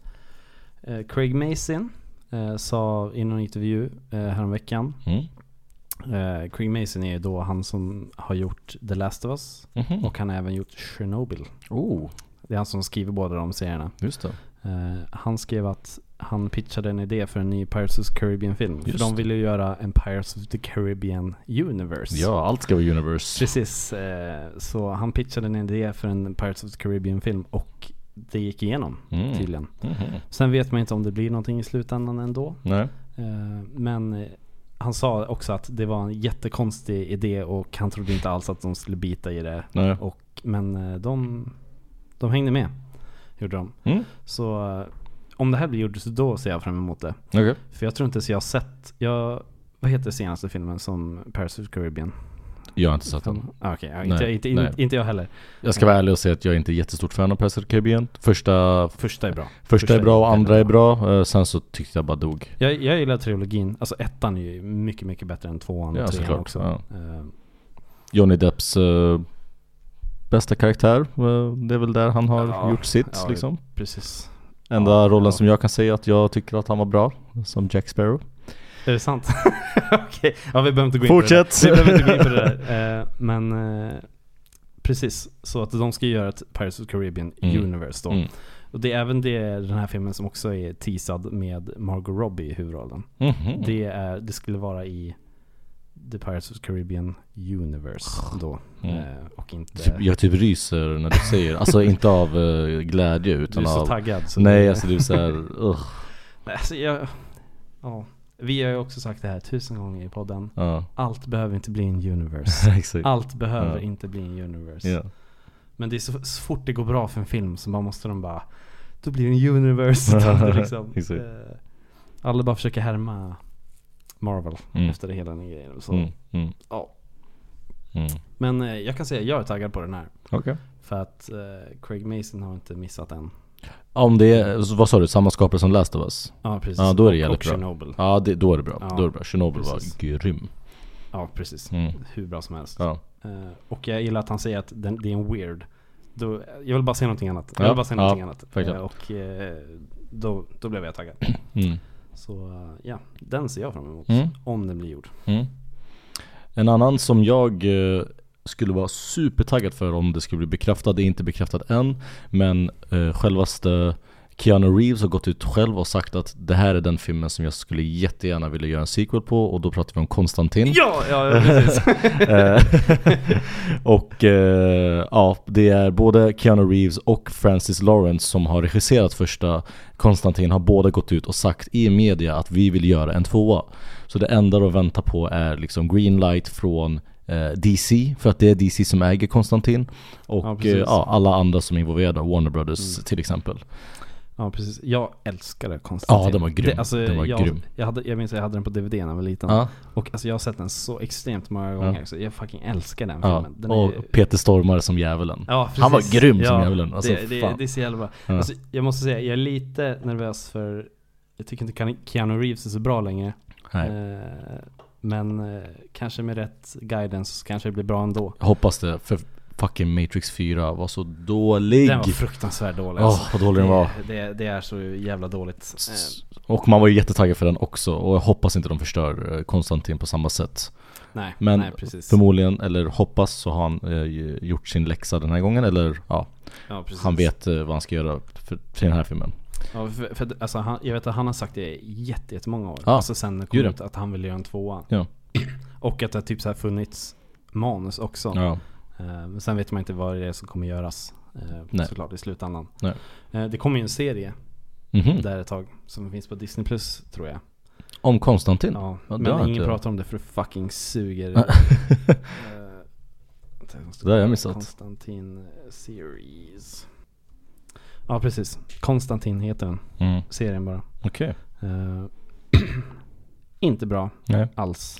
uh, Craig Mazin uh, sa i någon intervju uh, häromveckan. Mm. Uh, Craig Mazin är ju då han som har gjort The Last of Us Mhm. och han har även gjort Chernobyl. Oh, Det är han som skriver båda de serierna. just det. Uh, han skrev att han pitchade en idé för en ny Pirates of the Caribbean-film. För Just de det. ville ju göra en Pirates of the Caribbean universe. Ja, allt ska vara universe. Precis. Eh, så han pitchade en idé för en Pirates of the Caribbean-film och det gick igenom Mm. tydligen. Mhm. Sen vet man inte om det blir någonting i slutändan ändå. Nej. Eh, men eh, han sa också att det var en jättekonstig idé och han trodde inte alls att de skulle bita i det. Nej. Och, men eh, de, de hängde med. Gjorde de. Mm. Så eh, om det här blir gjort så då ser jag fram emot det. Okej. För jag tror inte så jag har sett jag, vad heter senaste filmen som Pirates of the Caribbean? Jag har inte sett den. Ah, Okej, ja, Nej, inte, inte, nej. inte, inte jag heller. Jag ska vara ärlig och säga att jag är inte jättestort fan av Pirates of the Caribbean. Första, Första är bra. första är bra och väldigt andra är bra. Eh, Sen så tyckte jag bara dog. Jag, jag gillar trilogin. Alltså ettan är ju mycket, mycket bättre än tvåan Ja, och trean såklart, också. ja. Eh, Johnny Depps eh, bästa karaktär. eh, det är väl där han har Ja, gjort sitt ja, liksom. precis. Enda ja, rollen ja. som jag kan säga att jag tycker att han var bra, som Jack Sparrow. Är det sant? Okej, ja, vi behöver inte gå in Fortsätt. på det där. Vi behöver inte gå in på det där. Eh, men eh, precis, så att de ska göra ett Pirates of the Caribbean Mm. universe då. Mm. Och det är även det, den här filmen som också är teasad med Margot Robbie i huvudrollen. Mhm. Det, är, det skulle vara i The Pirates of the Caribbean universe då. Mm. Eh, och inte... Typ, jag typ ryser när du säger, alltså inte av eh, glädje Du utan är så av... taggad. Så Nej, det, alltså det är så här, ugh. alltså, jag, ja. Vi har ju också sagt det här tusen gånger i podden. Ja, Allt behöver inte bli en universe. exakt. Allt behöver Ja. inte bli en universe. Ja. Men det är så, så fort det går bra för en film så bara måste de bara, då blir det en universe. det liksom. Exakt. eh, alla bara försöker härma Marvel Mm. efter det hela den grejen. Så, Mm. Mm. ja. Mm. Men eh, jag kan säga jag är taggad på den här. Okej. För att eh, Craig Mazin har inte missat än. Om det är, så vad sa du, samma skapare som Last of Us? Ja, precis. Ja, då är det Och- jävligt och bra. Chernobyl. Ja, det, då är det bra. Ja, Då är det bra. Chernobyl precis. var grym. Ja, precis. Mm. Hur bra som helst. Ja. Eh, och jag gillar att han säger att den, det är en weird. Då, jag vill bara säga någonting annat. Jag Ja, vill bara säga ja, någonting annat. verkligen. Eh, och eh, då, då blev jag taggad. Mm. Så eh, ja, den ser jag fram emot. Mm. Om den blir gjord. Mm. En annan som jag eh, skulle vara supertaggad för om det skulle bli bekräftat, det är inte bekräftat än, men eh, självaste Keanu Reeves har gått ut själv och sagt att det här är den filmen som jag skulle jättegärna vilja göra en sequel på, och då pratar vi om Konstantin. Ja, ja, ja precis. Eh, och eh, ja, det är både Keanu Reeves och Francis Lawrence som har regisserat första Konstantin, har båda gått ut och sagt i media att vi vill göra en tvåa. Så det enda att vänta på är liksom green light från eh, D C, för att det är D C som äger Konstantin, och Ja, ja, precis. eh, ja, alla andra som är involverade, Warner Brothers Mm. till exempel. Ja, precis. Jag älskade Konstantin. Ja, den var grym. Det, alltså, Den var jag, grym. Jag, hade, jag minns att jag hade den på D V D när jag var liten. Ja, Och alltså, jag har sett den så extremt många gånger. Så jag fucking älskar den ja. filmen. Den Och är, Peter Stormare som djävulen. ja, precis. Han var grym som Ja, djävulen. Alltså, det, det, fan. det är så jävla bra. Ja. Alltså, jag måste säga, jag är lite nervös för jag tycker inte Keanu Reeves är så bra längre. Nej. Eh, men eh, kanske med rätt guidance så kanske det blir bra ändå. Jag hoppas det, för fucking Matrix fyra var så dålig. Den var fruktansvärt dålig. Åh, alltså. vad dålig den det, var. Det, det är så jävla dåligt. Eh, Och man var ju jättetaggad för den också, och jag hoppas inte de förstör eh, Konstantin på samma sätt. nej, Men nej, precis. förmodligen, eller hoppas, så har han eh, gjort sin läxa den här gången, eller ja, Ja, precis. han vet eh, vad han ska göra för, för den här filmen. Ja, för, för, alltså, han, jag vet att han har sagt det i jätte, jättemånga år. Ja, Alltså sen det kom gud, ja. ut att han vill göra en tvåa. Ja. Och att det har typ så här funnits manus också. Ja. Eh, men sen vet man inte vad det är som kommer göras. Eh, Nej. såklart i slutändan. Nej. Eh, det kommer ju en serie Mhm. där ett tag som finns på Disney Plus, tror jag. Om Konstantin? Ja, Ja, det men har jag ingen inte. pratar om det för det fucking suger. Ja. Eh, vänta, jag måste Det har jag kolla. missat. Konstantin series. Ja, precis. Konstantin heter den. Mm. Serien bara. Okej. Eh, inte bra Nej. alls. Nej.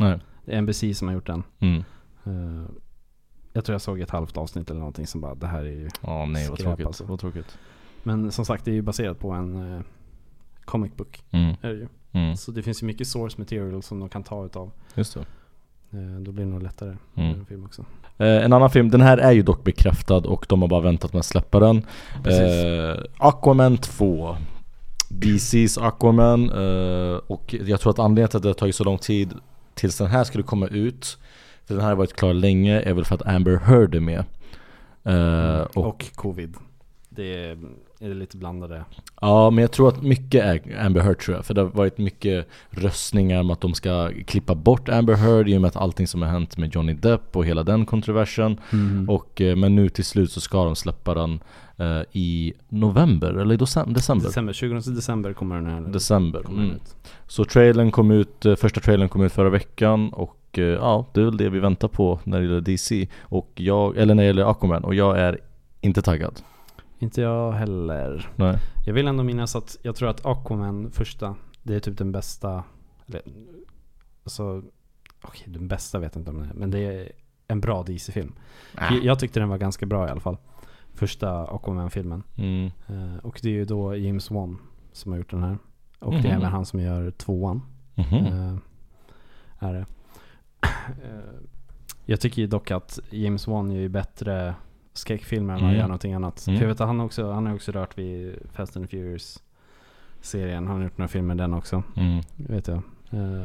Det är N B C som har gjort den. Mm. Uh, jag tror jag såg ett halvt avsnitt eller någonting som bara, det här är ju Ja, nej, vad skräp, tråkigt. alltså. Vad tråkigt. Men som sagt, det är ju baserat på en uh, comic book. Mm. Är det ju. Mm. Så det finns ju mycket source material som de kan ta utav. Just det. Uh, då blir det nog lättare Mm. med en film också. Eh, en annan film, den här är ju dock bekräftad och de har bara väntat med att släppa den. Eh, Aquaman två. D C's Aquaman. Eh, och jag tror att anledningen till att det har tagit så lång tid tills den här skulle komma ut, för den här har varit klar länge, är väl för att Amber Heard är med. Eh, och, Och covid. Det är, är det lite blandade. ja, men jag tror att mycket är Amber Heard, tror jag. För det har varit mycket röstningar om att de ska klippa bort Amber Heard i och med att allting som har hänt med Johnny Depp och hela den kontroversen. Mm. Och, eh, men nu till slut så ska de släppa den eh, i november, eller i december? December, tjugonde december kommer den här. December. Kommer den Mm. ut. Så trailern kom ut, eh, första trailern kom ut förra veckan och eh, ja, det är väl det vi väntar på när det gäller D C och jag, eller när det gäller Aquaman, och jag är inte taggad. Inte jag heller. Nej. Jag vill ändå minnas att jag tror att Aquaman första, det är typ den bästa, eller, alltså, okej, den bästa vet jag inte om det är, men det är en bra D C-film. Ah. Jag, jag tyckte den var ganska bra i alla fall. Första Aquaman-filmen. Mm. Uh, och det är ju då James Wan som har gjort den här. Och Mhm. det är även han som gör tvåan. Mhm. Uh, är det. Uh, jag tycker ju dock att James Wan gör ju bättre skräckfilmer än vad han Mm. gör någonting annat. Mm. För jag vet att han också, han har också rört vid Fast and Furious serien. Han har gjort några filmer den också. Mm. Vet jag. Uh,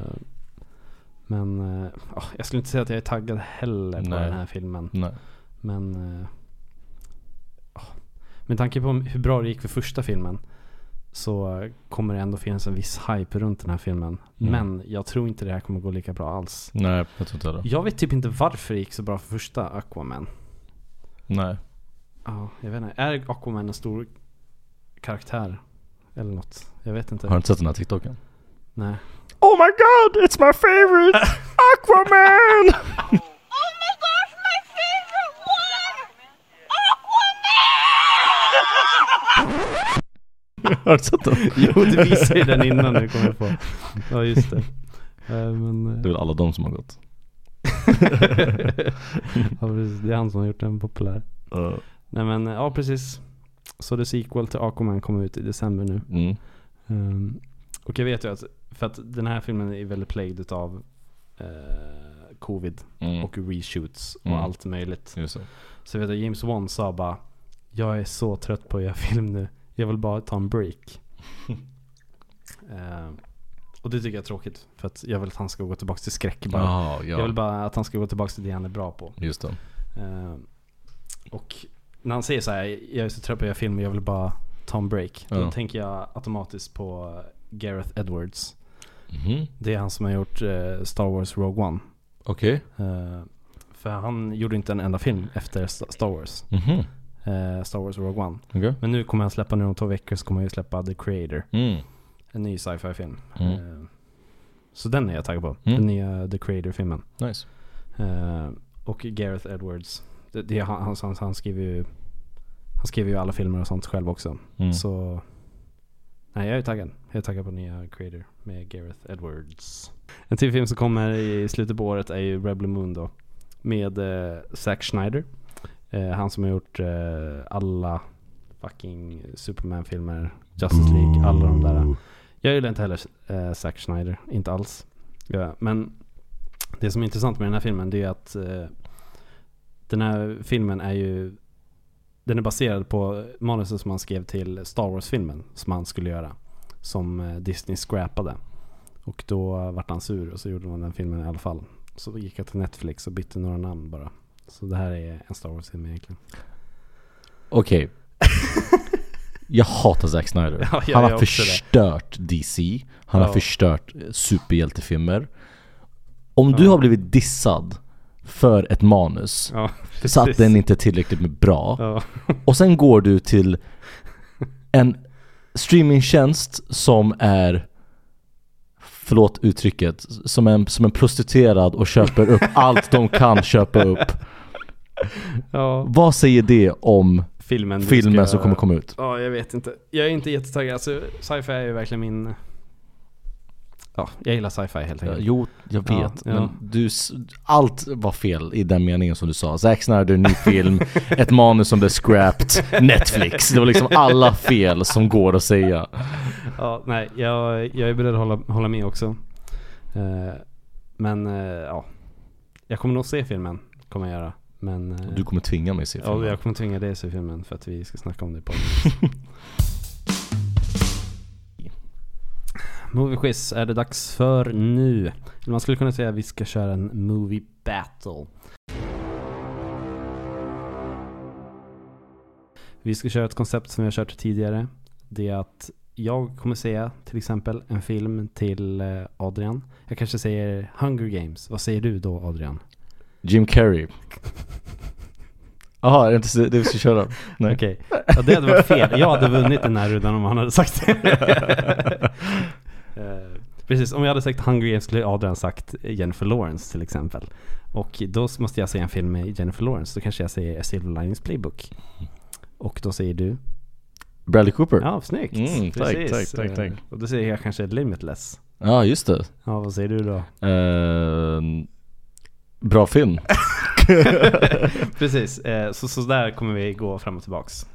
men uh, oh, jag skulle inte säga att jag är taggad heller på Nej. den här filmen. Nej. Men uh, oh, med tanke på hur bra det gick för första filmen, så kommer det ändå finnas en viss hype runt den här filmen. Mm. Men jag tror inte det här kommer gå lika bra alls. Nej, jag tror inte det. Jag vet typ inte varför det gick så bra för första Aquaman. Nej. Ja, jag vet inte. Är Aquaman en stor karaktär? Eller något? Jag vet inte. Har du inte sett den här TikToken? Nej. Oh my god, it's my favorite Aquaman! Oh my gosh, my favorite one! Aquaman! Har du sett den? Jo, du visade ju den innan nu, kommer jag på. Ja, just det. Uh, men, uh, Det är väl alla de som har gått. ja, precis. Det är han som har gjort den populär. Uh. Nej men, ja precis. Så the sequel till Aquaman kommer ut i december nu. Mm. Um, och jag vet ju att, för att den här filmen är väldigt plagued utav uh, covid Mm. och reshoots och Mm. allt möjligt. Just det. Så jag vet att James Wan sa bara, jag är så trött på att göra film nu. Jag vill bara ta en break. uh, och det tycker jag är tråkigt. För att jag vill att han ska gå tillbaka till skräck bara. Ah, ja. Jag vill bara att han ska gå tillbaka till det han är bra på. Just det. Uh, och när han säger så här, jag är så trött på att göra film och jag vill bara ta en break, då Ja. tänker jag automatiskt på Gareth Edwards. Mhm. Det är han som har gjort uh, Star Wars Rogue One. Okej. Uh, för han gjorde inte en enda film efter St- Star Wars. Mhm. Uh, Star Wars Rogue One. Okej. Men nu kommer han släppa, nu om två veckor så kommer han ju släppa The Creator. Mm. En ny sci-fi film. Mm. Uh, så den är jag taggad på. Mm. Den nya The Creator-filmen. Nice. Uh, och Gareth Edwards, det, det, han, han, han, han skriver ju Han skriver ju alla filmer och sånt själv också. Mm. Så nej, jag är taggad. Jag är taggad på nya Creator med Gareth Edwards. En till film som kommer i slutet på året är ju Red Blue Moon då, med eh, Zack Snyder. Eh, han som har gjort eh, alla fucking Superman-filmer, Justice League, alla de där. Jag gillar inte heller eh, Zack Snyder, inte alls. Ja, men det som är intressant med den här filmen, det är att eh, den här filmen är ju den är baserad på manuset som han skrev till Star Wars-filmen som han skulle göra, som eh, Disney scrappade. Och då vart han sur och så gjorde man den filmen i alla fall. Så gick jag till Netflix och bytte några namn bara. Så det här är en Star Wars-film egentligen. Okej. Jag hatar Zack Snyder. Ja, jag han gör har också förstört D C. Han Ja. har förstört superhjältefilmer. Om du Ja. har blivit dissad för ett manus, Ja, så att precis. den inte är tillräckligt med bra, Ja. och sen går du till en streamingtjänst som är, förlåt uttrycket, som en, som en prostituerad och köper upp allt de kan köpa upp. Ja. Vad säger det om Filmen, du filmen ska- som kommer komma ut? Ja, jag vet inte. Jag är inte jättetaggad. Alltså, sci-fi är ju verkligen min Ja, jag gillar sci-fi helt Ja, enkelt. jo, jag Ja, vet. ja. Men du, s- allt var fel i den meningen som du sa. Zack Snyder, ny film, ett manus som blev scrapped, Netflix. Det var liksom alla fel som går att säga. Ja, nej, jag, jag är beredd att hålla, hålla med också. Eh, men eh, ja, jag kommer nog se filmen, kommer jag göra. Men eh, Du kommer tvinga mig att se filmen. ja, jag kommer tvinga dig att se filmen för att vi ska snacka om det på Movie quiz är det dags för nu. Man skulle kunna säga att vi ska köra en movie battle. Vi ska köra ett koncept som vi har kört tidigare. Det är att jag kommer säga till exempel en film till eh, Adrian. Jag kanske säger Hunger Games. Vad säger du då, Adrian? Jim Carrey. Jaha, är det inte det vi ska köra? Nej. Okej, ja, det hade varit fel. Jag hade vunnit den här rundan om han hade sagt det. Eh, Precis, om jag hade sagt Hunger Games skulle Adrian sagt Jennifer Lawrence till exempel. Och då måste jag säga en film med Jennifer Lawrence. Då kanske jag säger A Silver Linings Playbook. Och då säger du Bradley Cooper. ja, snyggt. Mm, tack, Precis. tack, tack, tack. Eh, Och då säger jag kanske Limitless. Ja, just det. Ja, vad säger du då? Eh, bra film. Precis, eh, så, så där kommer vi gå fram och tillbaks.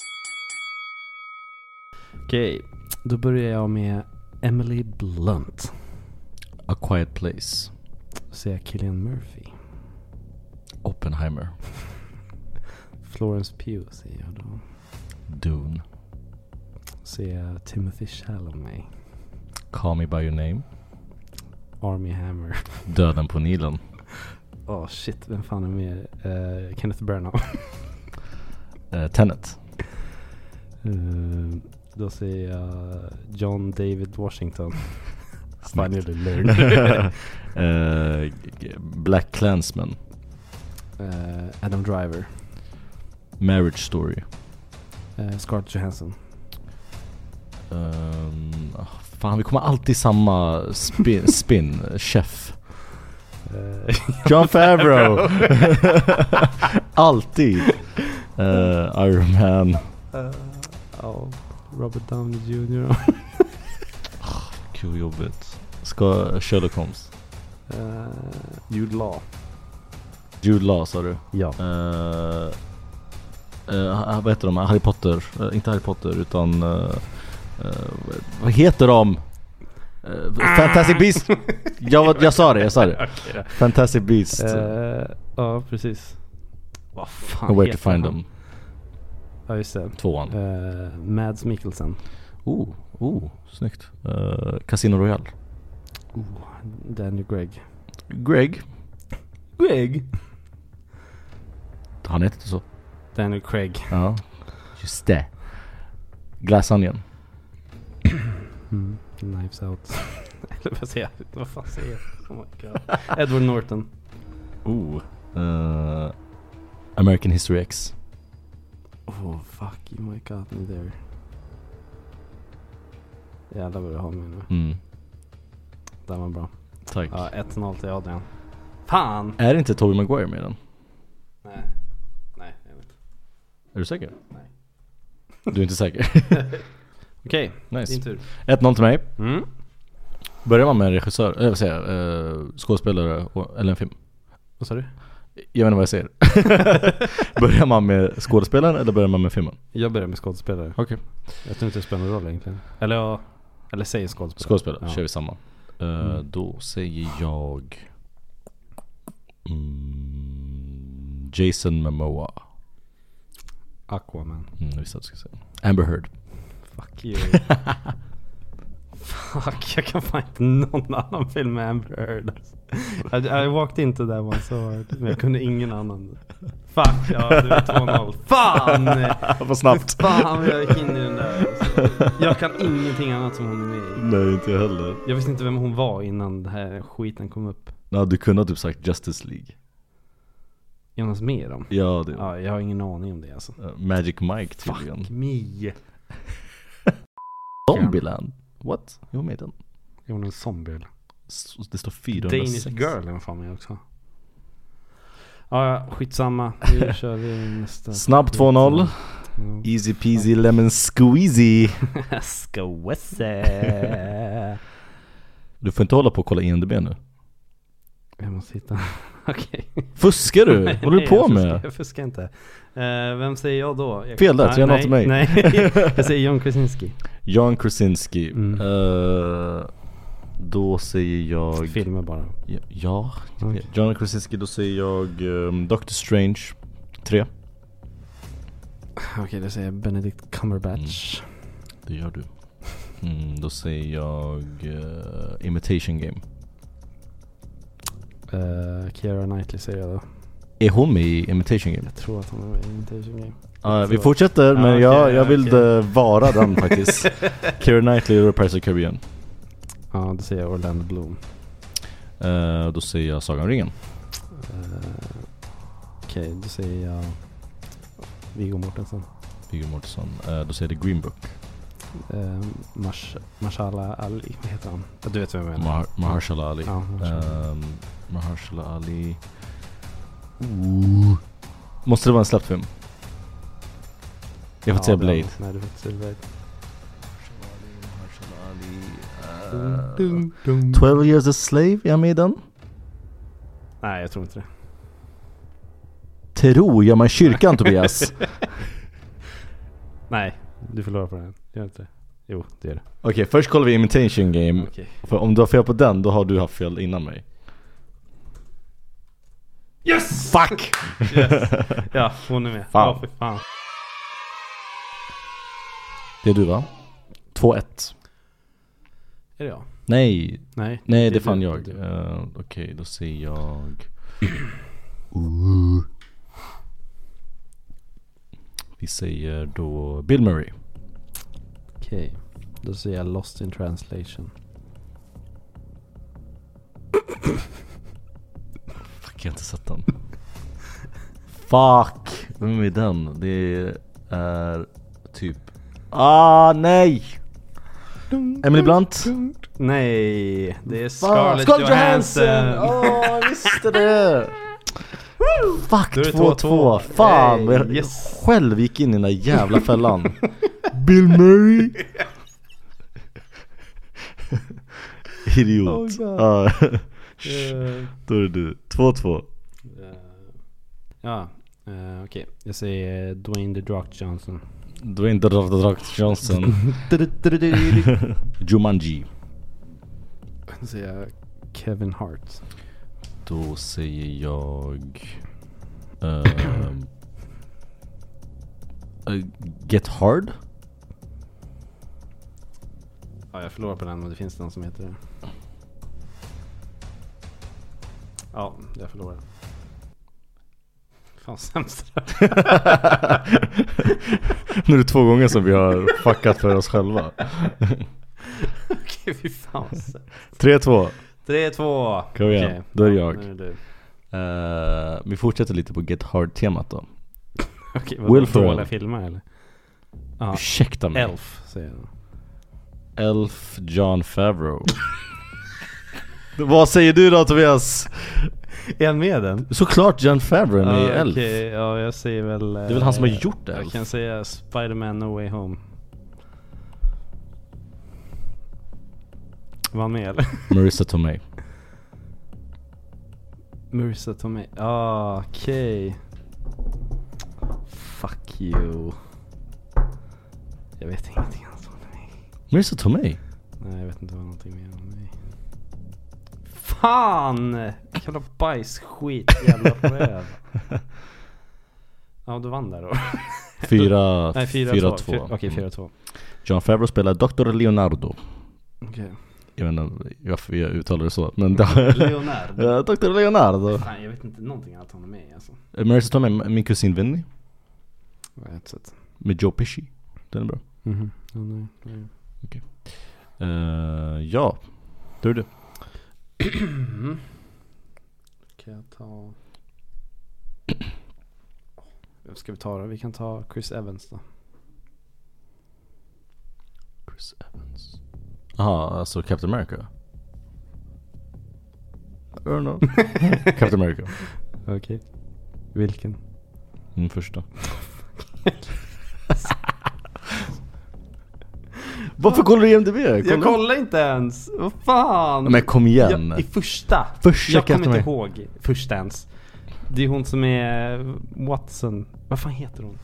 Okej, då börjar jag med Emily Blunt. A Quiet Place. Då säger jag Cillian Murphy. Oppenheimer. Florence Pugh säger jag då. Dune. Säger jag Timothy Chalamet. Call Me By Your Name. Army Hammer. Döden på Nilen. Åh oh, shit, vem fan är med? Uh, Kenneth Branagh. Eh, Tenet. uh, Då säger jag John David Washington. Finally learned. eh, Black Klansman. uh, Adam Driver. Marriage Story. uh, Scarlett Johansson. Um, fan, vi kommer alltid samma spin, spin. Chef. uh, John Favreau. Alltid. uh, Iron Man. uh, oh, Robert Downey junior Kul jobbigt. Ska Sherlock Holmes. uh, Jude Law. Jude Law sa du. Ja. Uh, uh, vad heter de? Harry Potter. Uh, inte Harry Potter utan uh, uh, vad heter de? Uh, Fantastic Beasts. jag, jag sa det, jag sa det. Okay, då. Fantastic Beasts. Uh, ja, precis. Vad fan And Where to heter Find han? Them. Ja, just det. Tvåan. Uh, Mads Mikkelsen. Oh, oh, snyggt. Uh, Casino Royale. Oh, Daniel Craig. Greg. Greg? Han heter inte så. Daniel Craig. Ja, just det. Glass Onion. Mm. Knives Out. Eller vad säger jag? Vad fan säger jag? Oh my god. Edward Norton. Oh. Uh, American History X. Oh fuck, you might got me there. Jävlar vad du har med nu. Mm. Det var bra. Tack. Ja, ett noll till Adrian. Fan! Är det inte Tobey Maguire med den? Nej. Nej, jag vet inte. Är du säker? Nej. Du är inte säker? Okej, Nice. din tur. ett noll till mig. Mm. Börjar man med en regissör, eller vad säger jag, eh, skådespelare och, eller en film? Vad sa du? Jag vet inte vad jag säger. Börjar man med skådespelaren eller börjar man med filmen? Jag börjar med skådespelare. Okej. Jag tror inte det spelar någon roll egentligen. Eller ja, eller säg skådespelare. Skådespelare, Ja. kör vi samma. Uh, Mm. Då säger jag mm, Jason Momoa. Aquaman. Mm, jag visste att du skulle säga Amber Heard. Fuck you. Fuck, jag kan fan inte någon annan film med Amber Heard. I, I walked into that one so hard. Men jag kunde ingen annan. Fuck, ja det var två noll. Fan! Vad snabbt. Fan, jag gick in i den där. Alltså. Jag kan ingenting annat som hon är med i. Nej, inte jag heller. Jag visste inte vem hon var innan den här skiten kom upp. Ja, du kunde ha typ sagt Justice League. Är hon ens med i dem? Ja, det Ja, jag har ingen aning om det alltså. uh, Magic Mike tydligen. Fuck me. Zombieland. What? Jag var med i den. Är hon en zombie eller? S- Det står fyrahundrasex. Danish Girl är hon fan med också. Ja, ja, skitsamma. Nu kör vi nästa. Snabb två noll. Ja. Easy peasy lemon squeezy. Skåse. Du får inte hålla på och kolla I M D B nu. Jag måste hitta. Okej. Fuskar du? Nej, Vad håller du på jag med? Fuskar, jag fuskar inte. Uh, vem säger jag då? Jag... Fel där, nej, säg något nej, till mig. Nej, jag säger John Krasinski. John Krasinski. Mm. Uh, då säger jag... Filmer bara. Ja, ja. Okay. John Krasinski, då säger jag um, Doctor Strange tre. Okej, okay, då säger jag Benedict Cumberbatch. Mm. Det gör du. Mm, då säger jag uh, Imitation Game. Uh, Keira Knightley säger jag då. Är hon med i Imitation Game? Jag tror att hon är med i Imitation Game. Uh, vi fortsätter, men ah, okay, jag, jag vill okay. vara den faktiskt. Keira Knightley och Pirates of the Caribbean. Ja, uh, då säger jag Orlando Bloom. Uh, då säger jag Sagan om ringen. Uh, Okej, okay, då säger jag Viggo Mortensen. Viggo Mortensen. Uh, då säger jag The Green Book. Uh, Mars- Mahershala Ali, vad heter han? Du vet vem jag menar. Mar- Mahershala Ali. Ja, Mahershala. Um, Mahershala Ali. Ooh. Måste det vara en släppt film? Jag får ja, säga Blade. Nej, du får inte säga Blade. Uh, dun, dun. twelve years a slave, är jag med i den? Nej, jag tror inte det. Tro gör man i kyrkan, Tobias. Nej, du förlorar på den. Gör inte det. Jo, det gör det. Okej, okay, först kollar vi Imitation Game. Okay. För om du har fel på den, då har du haft fel innan mig. Yes! Fuck! Yes. Ja, hon är med. Fan. Oh, för fan. Det är du, va? två ett. Är det jag? Nej. Nej, Nej, det, det är fan du, jag. du. Uh, Okej, okay, då säger jag... uh. Vi säger då Bill Murray. Okej, okay. Då säger jag Lost in Translation. Fuck, jag har inte sett den. Fuck, vem är den? Det är typ... Ah, nej! Emily Blunt? Nej, det är Scarlett, Scarlett Johansson. Åh, oh, visste det! Fuck, två två. Hey, Fan, jag yes. själv gick in i den där jävla fällan. Bill Murray. Idiot. Oh, ah. uh, Då är det du. två två. uh, Ja, uh, okej. Okay. Jag säger Dwayne The Rock Johnson. Dwayne The Rock, The Rock Johnson. Jumanji. Då säger jag Kevin Hart. Då säger jag uh, uh, Get Hard. Ja, jag förlorar på den, men det finns någon som heter det. Ja, jag förlorar. Fan, sämst. Nu är det två gånger som vi har fuckat för oss själva. Okej, fy fan. tre två. tre två. Kom igen, okay. då är det ja, jag. Nu är det. Uh, vi fortsätter lite på Get Hard-temat då. Okej, Will vad Ferrell. dåliga filmer eller? Ja. Ursäkta mig. Elf, säger jag. Elf Jon Favreau. Vad säger du då, Tobias? Är han med den? Såklart Jon Favreau är med i Elf. Okej, ja, jag säger väl... Det är väl han som har gjort Elf. Jag kan säga Spider-Man No Way Home. Var han med eller? Marissa Tomei. Marissa Tomei. Ah, okej. Fuck you. Jag vet ingenting alls om mig. Marissa Tomei? Nej, jag vet inte vad någonting mer om mig. Fan! Jävla bajsskit, jävla röv. Ja, du vann där då. Fyra, Nej, fyra, fyra två. två. Fyra, okej, fyra två. Jon Favreau spelar doktor Leonardo. Okej. Okay. Jag vet inte varför jag uttalar det så, men Leonardo. Ja, doktor Leonardo. Fan, jag vet inte någonting annat han är med alltså. Marissa Tomei, min kusin Vinny. Jag har inte sett. Med Joe Pesci. Den är bra. Mhm. Oh, nej, nej. Okej. Okay. Uh, ja. Då är det. Kan jag ta... Ska vi ta det? Vi kan ta Chris Evans då. Chris Evans. Aha, alltså Captain America. I don't know. Captain America. Okej. Okay. Vilken? Den första. Varför kollar du I M D B? Kolla. Jag kollar inte ens. Vad fan? Men kom igen. Jag, I första. Första jag kommer kan inte jag- ihåg första ens. Det är hon som är Watson. Vad fan heter hon?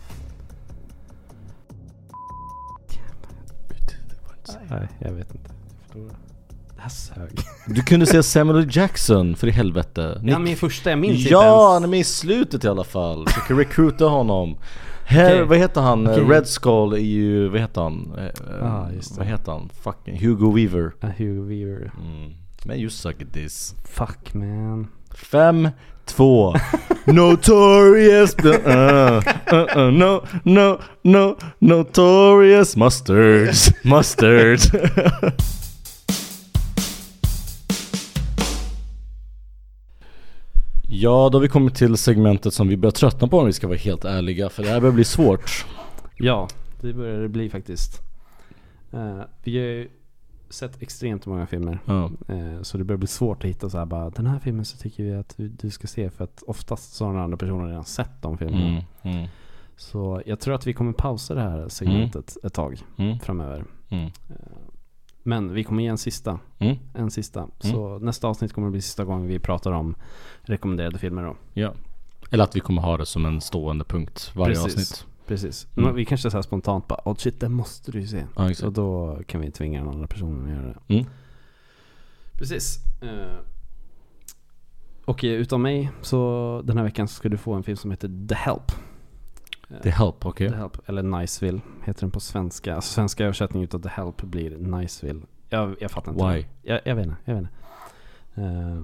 Nej, jag vet inte. Jag förlorar. Det här sög. Du kunde säga Samuel L. Jackson, för i helvete. Ja, men i första, jag minns Ja, inte han ens. är med i slutet i alla fall. Försöker recruita honom. Här, Okej. vad heter han? Okej. Red Skull är ju, vad heter han? Eh, Ah, just det. Vad heter han? Fucking Hugo Weaver. Uh, Hugo Weaver. Mm. Men you suck at this. Fuck man. Fem, två. Notorious. Uh, uh, uh, no, no, no. Notorious mustards. Mustards. Ja, då har vi kommit till segmentet som vi börjar tröttna på om vi ska vara helt ärliga. För det här börjar bli svårt. Ja, det börjar det bli faktiskt. Uh, vi har ju sett extremt många filmer. Ja. Uh, så det börjar bli svårt att hitta så här bara, den här filmen så tycker vi att du, du ska se, för att oftast så har den andra personen redan sett de filmerna. Mm, mm, Så jag tror att vi kommer pausa det här segmentet ett tag mm, framöver. mm, Men vi kommer ge en sista. mm. En sista. Så nästa avsnitt kommer att bli sista gången vi pratar om rekommenderade filmer då. Ja. Eller att vi kommer ha det som en stående punkt varje Precis. avsnitt. Precis. Mm. Men vi kanske så här spontant bara, oh shit, det måste du ju se. Ja, exakt. Och då kan vi tvinga den andra personen att göra det. Mm. Precis. Uh, och utav mig så den här veckan så ska du få en film som heter The Help. Uh, The Help, okej. The Help, eller Niceville heter den på svenska. Alltså svenska översättningen utav The Help blir Niceville. Jag, jag fattar inte. Why? Jag, jag vet inte. Jag vet inte. Uh,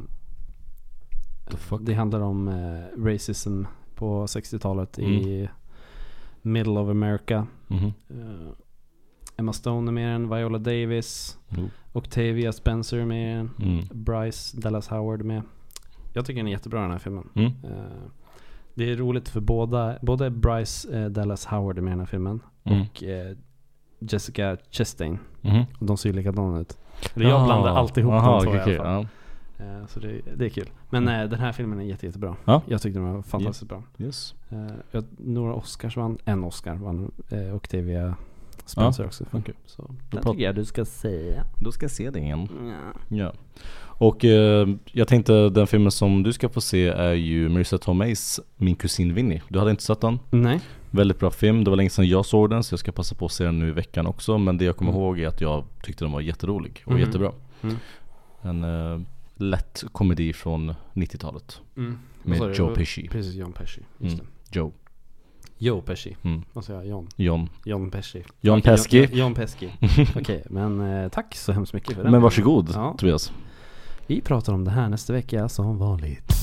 The fuck? det handlar om uh, racism på sextiotalet i middle of America. Mhm. Uh, Emma Stone är med i den, Viola Davis, Jo. Octavia Spencer är med i den, Mm. Bryce Dallas Howard är med. Jag tycker den är jättebra, den här filmen. Mm. Uh, det är roligt för båda, både Bryce uh, Dallas Howard är med i den här filmen Mm. och uh, Jessica Chastain. Mhm. Och de ser ju likadana ut. Eller jag Ah. blandar alltid ihop Aha, dem två okej, i alla okej, fall. ja. Uh, så det, det är kul. Men uh, den här filmen är jätte, jättebra. Ja. Jag tyckte den var fantastiskt bra. Yes. Uh, jag, några Oscars vann, en Oscar vann uh, Octavia Spencer Ja, också. okej. Så Då den pratar- tycker jag du ska säga. Då ska jag se det igen. Ja. Ja. Och eh, jag tänkte den filmen som du ska få se är ju Marissa Tomei's Min kusin Vinny. Du hade inte sett den? Nej. Väldigt bra film. Det var länge sedan jag såg den, så jag ska passa på att se den nu i veckan också. Men det jag kommer Mm. ihåg är att jag tyckte den var jätterolig och Mhm. jättebra. Mm. En eh, lätt komedi från nittiotalet Mm. med Vad sa du? Joe Pesci. Precis, John Pesci. Just Mm. det. Joe. Joe Pesci. Mm. Vad säger jag? John? John. John Pesci. John Okej, Pesci. John, John Pesci. Okej, men eh, tack så hemskt mycket för den. Men varsågod, Ja. Tobias. Vi pratar om det här nästa vecka som vanligt.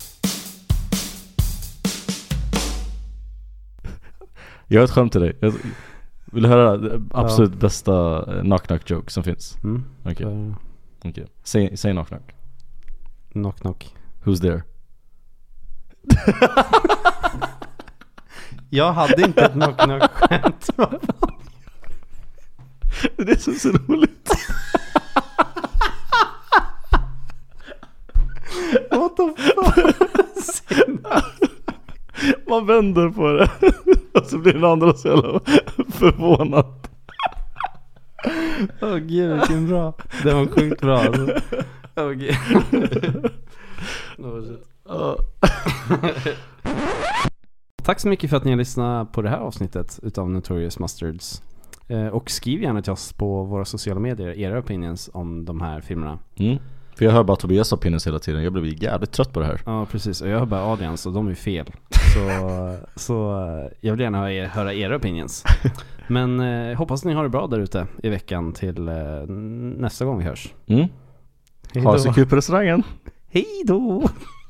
Jag har ett skämt till dig. Jag vill du höra det absolut bästa eh, knock knock joke som finns? Mm. Okej. Så, Okej. Säg, säg knock knock. knock knock. Who's there? Jag hade inte ett knock knock skämt. Det är så, så roligt. What the fuck? Man vänder på det och så blir den andra så jävla förvånad. Åh oh, gud, vilken bra. Det var sjukt bra alltså. Okej. Oh, shit. Tack så mycket för att ni har lyssnat på det här avsnittet utav Notorious Mustards. Eh, och skriv gärna till oss på våra sociala medier era opinions om de här filmerna. Mm. För jag hör bara Tobias opinions hela tiden. Jag blev jävligt trött på det här. Ja, precis. Och jag hör bara Adrians och de är fel. Så, så eh, jag vill gärna höra, er, höra era opinions. Men eh, hoppas ni har det bra där ute i veckan till eh, nästa gång vi hörs. Mm. Hej Ha det då. så kul på restaurangen. Hej då!